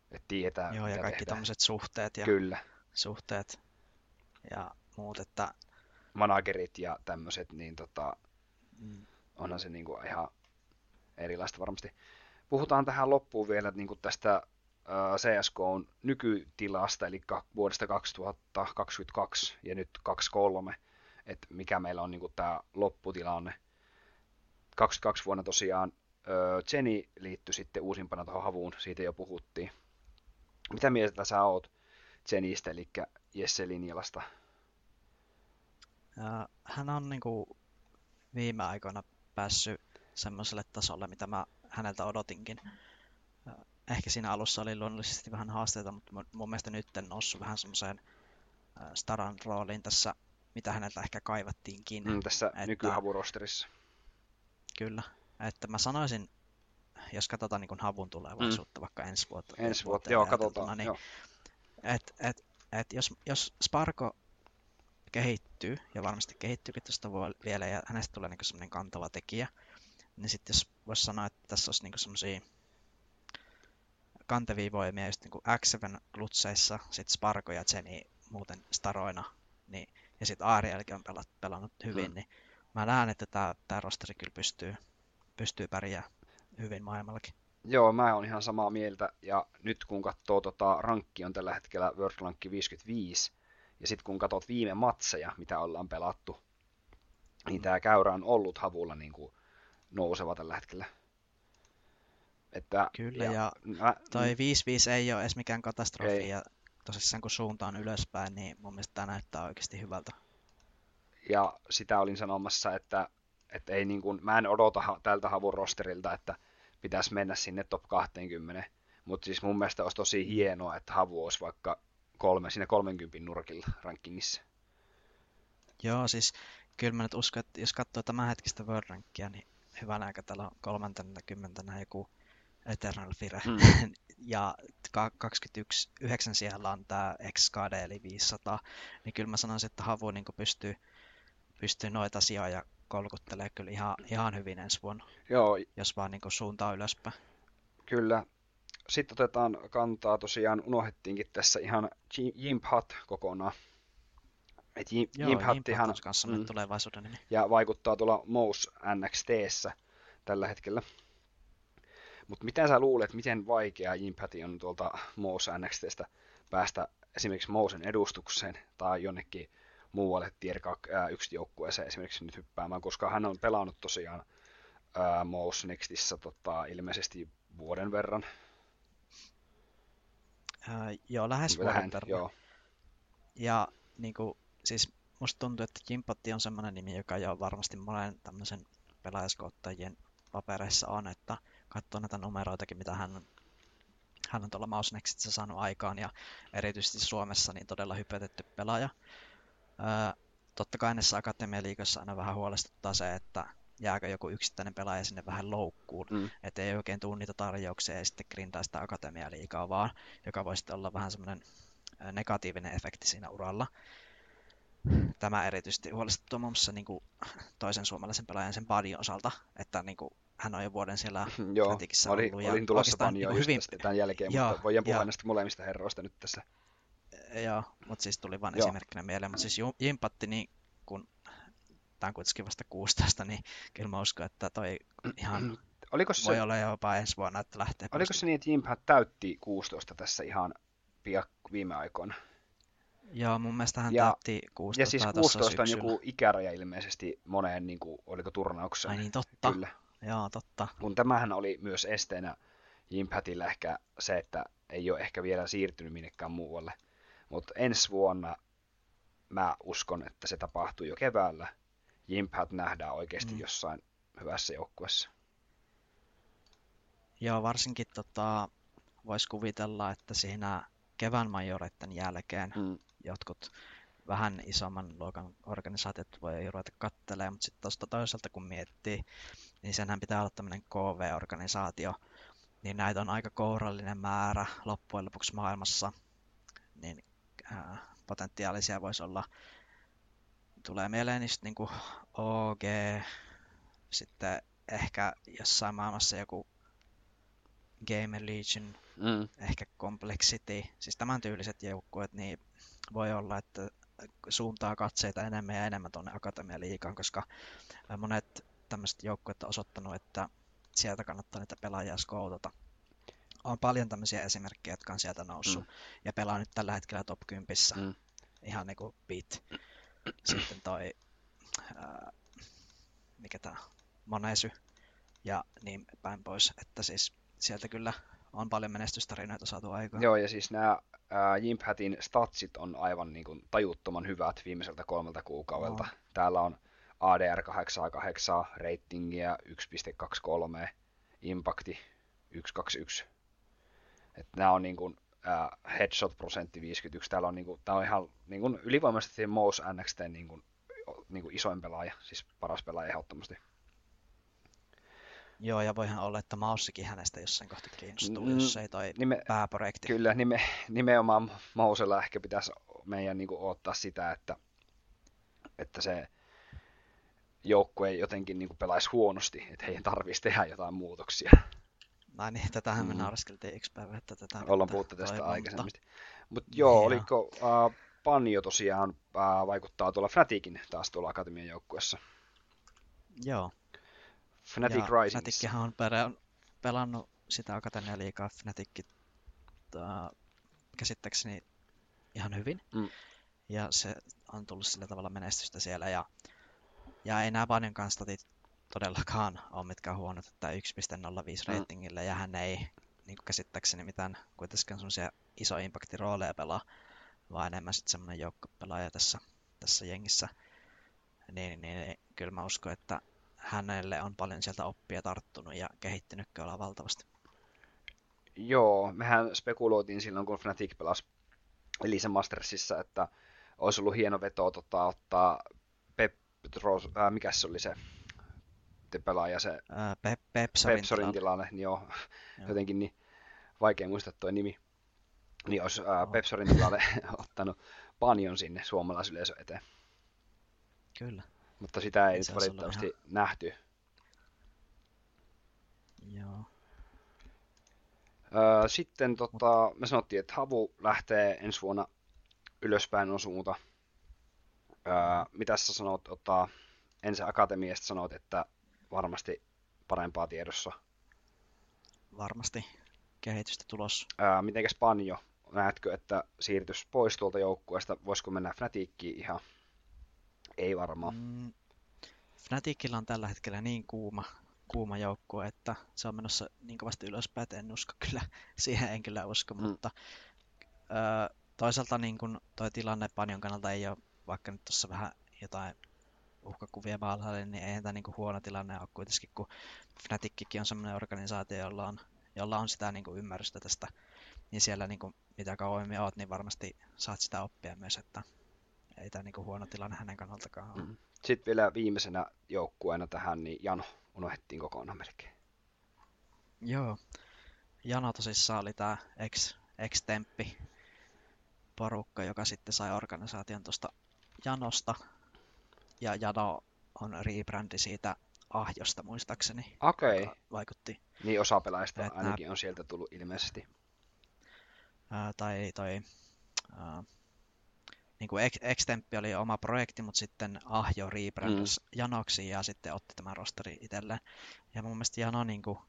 että tietää Joo, ja mitä kaikki tehdään. tommoset Kyllä, suhteet ja muut, että managerit ja tämmöiset, niin mm, onhan se niinku ihan erilaista varmasti. Puhutaan tähän loppuun vielä niinku tästä CSGOn nykytilasta, eli vuodesta 2022 ja nyt 2023, että mikä meillä on niinku tämä lopputilanne. 22 vuonna tosiaan Jenny liittyi sitten uusimpana tuohon havuun, siitä jo puhuttiin. Mitä mieltä sä oot Jennystä, eli Jesse Linjalasta? hän on niinku viime aikoina päässyt semmoiselle tasolle, mitä mä häneltä odotinkin. Ehkä siinä alussa oli luonnollisesti vähän haasteita, mutta mun mielestä nyt noussut vähän semmoiseen staran rooliin tässä, mitä häneltä ehkä kaivattiinkin. Tässä Että nykyhavurosterissa. kyllä, että mä sanoisin, jos katsotaan niin kuin havun tulevaisuutta, vaikka ensi Vuotta, vuoteen joo, ajateltuna, katsotaan. niin Joo. jos Sparko kehittyy, ja varmasti kehittyykin tuosta vielä, ja hänestä tulee niin semmoinen kantava tekijä, niin sitten jos voisi sanoa, että tässä olisi niin semmoisia kantavia voimia just niin kuin X7 klutseissa, sitten Sparko ja Jenny muuten staroina, niin, ja sitten Aarielkin on pelannut hyvin, niin mä näen, että tämä rosteri kyllä pystyy pärjäämään hyvin maailmallakin. Joo, mä oon ihan samaa mieltä. Ja nyt kun katsoo rankki on tällä hetkellä World Rankki 55, ja sitten kun katsot viime matseja, mitä ollaan pelattu, niin tämä käyrä on ollut havulla niin kuin nouseva tällä hetkellä. Että, Kyllä, ja toi 5-5 ei ole edes mikään katastrofi, ei. ja tosissaan kun suunta on ylöspäin, niin mun mielestä tämä näyttää oikeasti hyvältä. Ja sitä olin sanomassa, että ei niin kuin, mä en odota tältä havun rosterilta, että pitäisi mennä sinne top 20, mutta siis mun mielestä olisi tosi hienoa, että havu olisi vaikka siinä 30 nurkilla rankingissa. Joo, siis kyllä mä nyt uskon, että jos katsoo tämänhetkistä World Rankia, niin hyvänä aika täällä on 30 joku Eternal Fire. Ja 21 siellä on tämä XKD eli 500, niin kyllä mä sanoisin, että havu niin pystyy noita sijoja kolkuttelee kyllä ihan hyvin ensi vuonna, Joo, jos vaan niin suuntaa ylöspäin. kyllä. Sitten otetaan kantaa, tosiaan unohdettiinkin tässä ihan Jimp Hut kokonaan. Joo, Jimp Hut ihan kanssa tulevaisuuden nimi. Ja vaikuttaa tuolla Mouse NXT:ssä tällä hetkellä. Mutta mitä sä luulet, miten vaikeaa Jimp Hutin on tuolta Mouse NXT:stä päästä esimerkiksi Mousen edustukseen tai jonnekin muualle Tier 1 joukkueeseen esimerkiksi nyt hyppäämään, koska hän on pelannut tosiaan Mouse Nextissä ilmeisesti vuoden verran. Joo, lähes vuoden verran. Joo. Ja niin kuin, siis musta tuntuu, että Jimpatti on semmoinen nimi, joka jo varmasti monen tämmöisen pelaajaskoottajien papereissa on, että katsoo näitä numeroitakin, mitä hän on tuolla Mouse Nextissä saanut aikaan, ja erityisesti Suomessa niin todella hypetetty pelaaja. Totta kai näissä akatemialiigoissa aina vähän huolestuttaa se, että jääkö joku yksittäinen pelaaja sinne vähän loukkuun, että ei oikein tule niitä tarjouksia ja sitten grindaa sitä akatemialiigaa vaan, joka voi sitten olla vähän semmoinen negatiivinen efekti siinä uralla. Tämä erityisesti huolestuttaa muun muassa niin kuin toisen suomalaisen pelaajan sen Badin osalta, että niin kuin hän on jo vuoden siellä Fnaticissa ollut. Olin tulossa Badioon niin hyvin tämän jälkeen, mutta voidaan puhua näistä molemmista herroista nyt tässä. Joo, mutta siis tuli vain esimerkkinä mieleen. Mutta siis Jimpatti, niin kun tämä on kuitenkin vasta 16, niin kyllä mä uskon, että toi ihan voi olla jopa ensi vuonna, että lähtee. Oliko se niin, että Jimpat täytti 16 tässä ihan viime aikoina? Joo, mun mielestä hän täytti 16. Ja siis 16 on joku ikäraja ilmeisesti moneen, niin kuin, oliko turnaukseen. Ai niin, totta. Kyllä. Joo, totta. Kun tämähän oli myös esteenä Jimpatilla ehkä se, että ei ole ehkä vielä siirtynyt minnekään muualle. Mutta ensi vuonna mä uskon, että se tapahtuu jo keväällä. Jimpat nähdään oikeasti jossain hyvässä joukkueessa. Joo, varsinkin voisi kuvitella, että siinä kevään majoreiden jälkeen jotkut vähän isomman luokan organisaatiot voi ruveta katselemaan, mutta sitten tuosta toisaalta kun miettii, niin senhän pitää olla tämmöinen KV-organisaatio, niin näitä on aika kourallinen määrä loppujen lopuksi maailmassa, niin potentiaalisia voisi olla, tulee mieleen just niin kuin OG, sitten ehkä jossain maailmassa joku Gamer Legion, Mm. ehkä Complexity, siis tämän tyyliset joukkueet, niin voi olla, että suuntaa katseita enemmän ja enemmän tuonne Akatemia-liigaan, koska monet tämmöiset joukkueet on osoittanut, että sieltä kannattaa niitä pelaajia skoutata. On paljon tämmöisiä esimerkkejä, jotka on sieltä noussut ja pelaa nyt tällä hetkellä top 10. Ihan niinku beat. Sitten toi, mikä tää, Monesy ja niin päin pois. Että siis sieltä kyllä on paljon menestystarinoita saatu aikaan. Joo, ja siis nämä Jimp-hätin statsit on aivan niin kuin tajuttoman hyvät viimeiseltä 3 kuukaudelta. No. Täällä on ADR 88, ratingia 1.23, impacti 1.21. Että nämä on niin kuin, headshot-prosentti 51. Täällä on, niin kuin, tää on ihan niin kuin ylivoimaisesti Mouse NXT niin kuin isoin pelaaja, siis paras pelaaja ehdottomasti. Joo, ja voihan olla, että Maussikin hänestä jossain kohti kiinnostuu, jos ei toi pääprojekti. Kyllä, nimenomaan Mousella ehkä pitäisi meidän niin kuin odottaa sitä, että se joukkue jotenkin niin kuin pelaisi huonosti, että heidän tarvitsisi tehdä jotain muutoksia. No niin, tätähän me nauraskeltiin yksi päivä, että tätä ollaan puhuttu tästä aikaisemmin. Mutta joo, oliko Panjo tosiaan vaikuttaa tuolla Fnaticin taas tuolla Akatemian joukkueessa? Joo. Fnatic Rising. Fnatichan on pelannut sitä Akatemia-liigaa Fnatic käsittääkseni ihan hyvin. Ja se on tullut sillä tavalla menestystä siellä. Ja ei nämä Panjon statit todellakaan ole mitkään huonot, että 1.05 ratingilla. Ja hän ei niin käsittääkseni mitään kuitenkaan semmoisia iso impactirooleja pelaa, vaan enemmän sitten semmoinen joukkopelaaja tässä jengissä. Niin kyllä mä uskon, että hänelle on paljon sieltä oppia tarttunut ja kehittynytkö ollaan valtavasti. Joo, mehän spekuloitiin silloin, kun Fnatic pelasi Elise Mastersissa, että olisi ollut hieno veto ottaa mikä se oli se pelaaja, se Pepsorin tilanne, niin joo. Jotenkin niin vaikea muistaa tuo nimi. Niin olisi Pepsorin tilalle ottanut Panjon sinne suomalaisyleisön eteen. Kyllä. Mutta sitä ei nyt valitettavasti nähty. Joo. Sitten me sanottiin, että Havu lähtee ensi vuonna ylöspäin osuuta. Mitä sä sanot, ensin Akatemiasta sanot, että varmasti parempaa tiedossa? Varmasti kehitystä tulossa. Mitenkäs Panjo? Näetkö, että siirtys pois tuolta joukkueesta? Voisiko mennä Fnatickiin ihan? Ei varmaan. Fnaticilla on tällä hetkellä niin kuuma joukkue, että se on menossa niin kovasti ylöspäin, että en usko kyllä. Siihen en kyllä usko, mutta toisaalta niin kun toi tilanne Panjon kannalta ei ole, vaikka nyt tuossa vähän jotain uhkakuvia maalaille, niin eihän tämä niin huono tilanne ole kuitenkin, kun Fnatickin on semmoinen organisaatio, jolla on sitä niin ymmärrystä tästä, niin siellä niin mitä kauemmin oot, niin varmasti saat sitä oppia myös, että ei tämä niin huono tilanne hänen kannaltakaan ole. Sitten vielä viimeisenä joukkueena tähän, niin Jano unohdettiin kokonaan melkein. Joo, Jano tosissaan oli tämä ex-temppi porukka, joka sitten sai organisaation tuosta Janosta. Ja Jano on rebrändi siitä Ahjosta muistaakseni. Okei. Vaikutti. Niin osa pelaajista ainakin on sieltä tullut ilmeisesti. Niin kuin Extemppi oli oma projekti, mutta sitten Ahjo rebrändäsi Janoksi ja sitten otti tämän rosteri itselleen. Ja mun mielestä Jano niin kuin,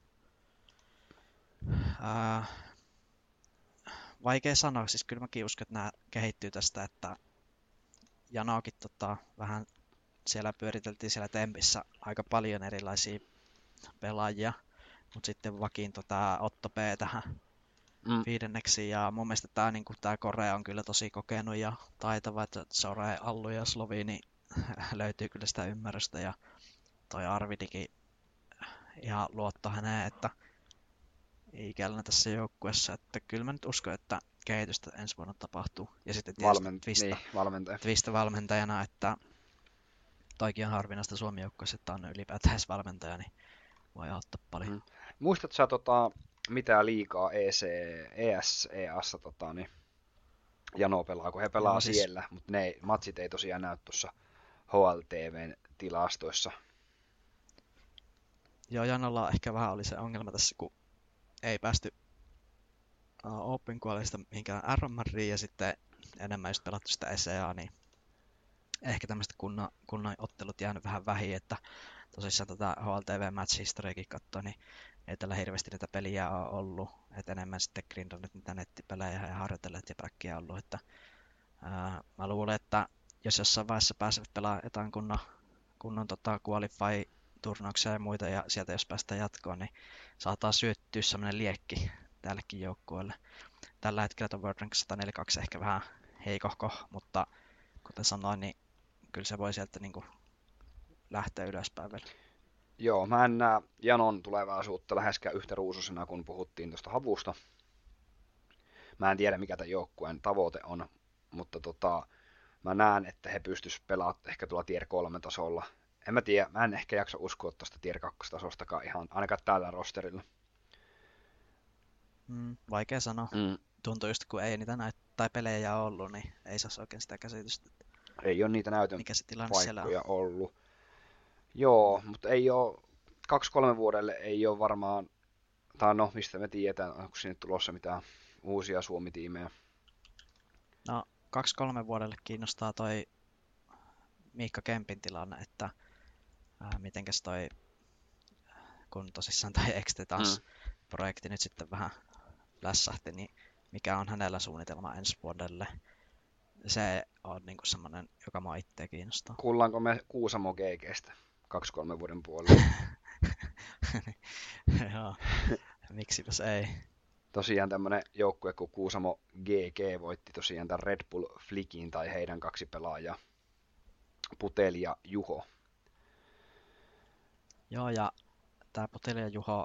vaikea sanoa, siis kyllä mäkin uskon, että nämä kehittyy tästä, että Janoakin vähän siellä pyöriteltiin siellä Tempissä aika paljon erilaisia pelaajia, mutta sitten vakiintui tämä Otto P tähän viidenneksi, ja mun mielestä tämä niinku, Korea on kyllä tosi kokenut ja taitava, että Sore, Allu ja Slovini löytyy kyllä sitä ymmärrystä, ja toi Arvidikin ihan luotto häneen, että ikällä tässä joukkueessa, että kyllä mä nyt uskon, että kehitystä ensi vuonna tapahtuu. Ja sitten tietysti Twista valmentajana, että toikin on harvinaista Suomi-joukkueessa, että on ylipäätään edes valmentaja, niin voi auttaa paljon. Muistatko sä mitä liigaa ESEAssa niin Jano pelaa, kun he pelaa siellä, mutta ne matsit ei tosiaan näy tuossa HLTVn tilastoissa. Joo, Janolla ehkä vähän oli se ongelma tässä, kun ei päästy Open Qualista mihinkään RMRiin ja sitten enemmän just pelattu sitä ESEAa, niin ehkä tämmöiset kunnon ottelut jäänyt vähän vähin, että tosissaan tätä HLTV Match Historiakin katsoi, niin ei tällä hirveästi niitä peliä ole ollut, että enemmän sitten grindanneet niitä nettipelejä ja harjoitelleet ja bräkkiä ollut, että mä luulen, että jos jossain vaiheessa pääsevät pelaamaan jotain kunnon qualify-turnauksia ja muita, ja sieltä jos päästään jatkoon, niin saattaa syöttyä semmoinen liekki tällekin joukkueelle. Tällä hetkellä tuon World Rank 142 ehkä vähän heikohko, mutta kuten sanoin, niin kyllä se voi sieltä niin kuin lähteä ylöspäin vielä. Joo, mä en näe Janon tulevaisuutta läheskään yhtä ruususena, kun puhuttiin tuosta Havusta. Mä en tiedä, mikä tämän joukkueen tavoite on, mutta mä näen, että he pystyisivät pelaamaan ehkä tuolla Tier 3 tasolla. En mä tiedä, mä en ehkä jaksa uskoa tuosta Tier 2 tasostakaan ihan, ainakaan tällä rosterilla. Vaikea sanoa. Tuntuu just, kun ei niitä tai pelejä ollut, niin ei saisi oikein sitä käsitystä. Ei ole niitä näytön mikä se tilanne siellä on. ollut. Joo, mutta ei ole, 2-3 vuodelle ei ole varmaan, tai no mistä me tiedetään, onko sinne tulossa mitään uusia Suomi-tiimejä. No 2-3 vuodelle kiinnostaa toi Miikka Kempin tilanne, että mitenkäs toi, kun tosissaan toi Exte-projekti nyt sitten vähän lässähti, niin mikä on hänellä suunnitelma ensi vuodelle. Se on niinku semmoinen, joka mua itseä kiinnostaa. Kuullaanko me Kuusamo GGstä 2-3 vuoden puolella? Joo, miksipäs ei. Tosiaan tämmönen joukkue kuin Kuusamo GG voitti tosiaan tämän Red Bull Flickin tai heidän 2 pelaajaa, Puteli ja Juho. Joo, ja tää Puteli ja Juho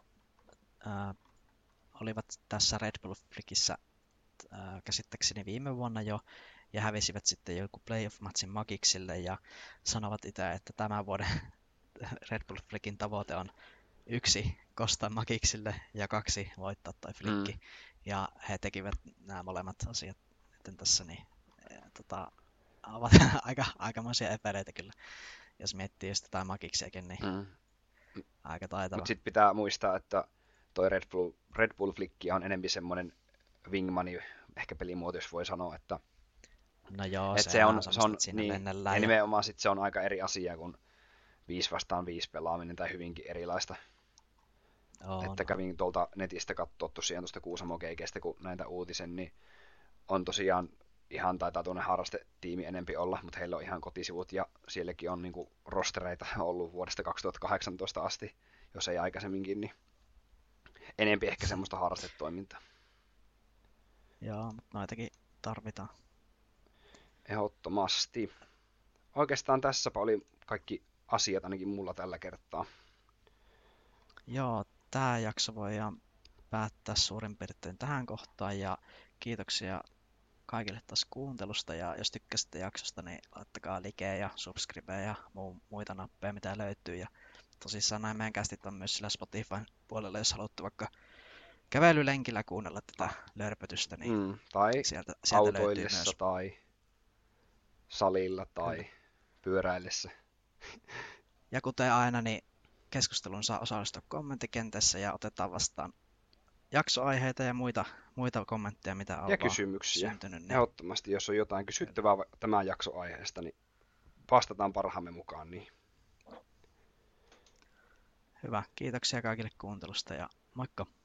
olivat tässä Red Bull Flickissä käsittääkseni viime vuonna jo, ja hävisivät sitten joku playoff-matsin Magicsille, ja sanovat itse, että tämän vuoden Red Bull Flickin tavoite on 1 kostaa Magicsille ja 2 voittaa toi Flikki. Ja he tekivät nämä molemmat asiat nyt tässä, niin ovat aikamoisia epeleitä kyllä. Jos miettii just jotain Magiksiakin, niin aika taitava. Mutta sitten pitää muistaa, että toi Red Bull Flikki on enemmän semmoinen wingmani, ehkä pelimuoto, jos voi sanoa, että no joo, se on niin, ja nimenomaan sit se on aika eri asia kuin 5-5 pelaaminen tai hyvinkin erilaista. Että kävin tuolta netistä katsoa tosiaan tuosta Kuusamo GGstä, kun näitä uutisen, niin on tosiaan ihan taitaa tuonne harrastetiimi enempi olla, mutta heillä on ihan kotisivut ja sielläkin on niinku rostereita ollut vuodesta 2018 asti, jos ei aikaisemminkin, niin enempi ehkä semmoista harrastetoimintaa. Joo, mutta noitakin tarvitaan. Ehdottomasti. Oikeastaan tässäpä oli kaikki asiat ainakin mulla tällä kertaa. Joo, tämä jakso voidaan päättää suurin piirtein tähän kohtaan ja kiitoksia kaikille taas kuuntelusta ja jos tykkäsitte jaksosta, niin laittakaa likeä ja subscribe ja muita nappeja mitä löytyy ja tosissaan näin meidän kästit on myös sillä Spotifyn puolella, jos haluatte vaikka kävelylenkillä kuunnella tätä lörpötystä, niin tai sieltä autoillessa tai salilla tai pyöräillessä. Ja kuten aina, niin keskusteluun saa osallistua kommenttikentässä ja otetaan vastaan jaksoaiheita ja muita kommentteja, mitä on ja kysymyksiä. Syntynyt. Niin. Ehdottomasti, jos on jotain kysyttävää tämän jaksoaiheesta, niin vastataan parhaamme mukaan. Niin. Hyvä, kiitoksia kaikille kuuntelusta ja moikka!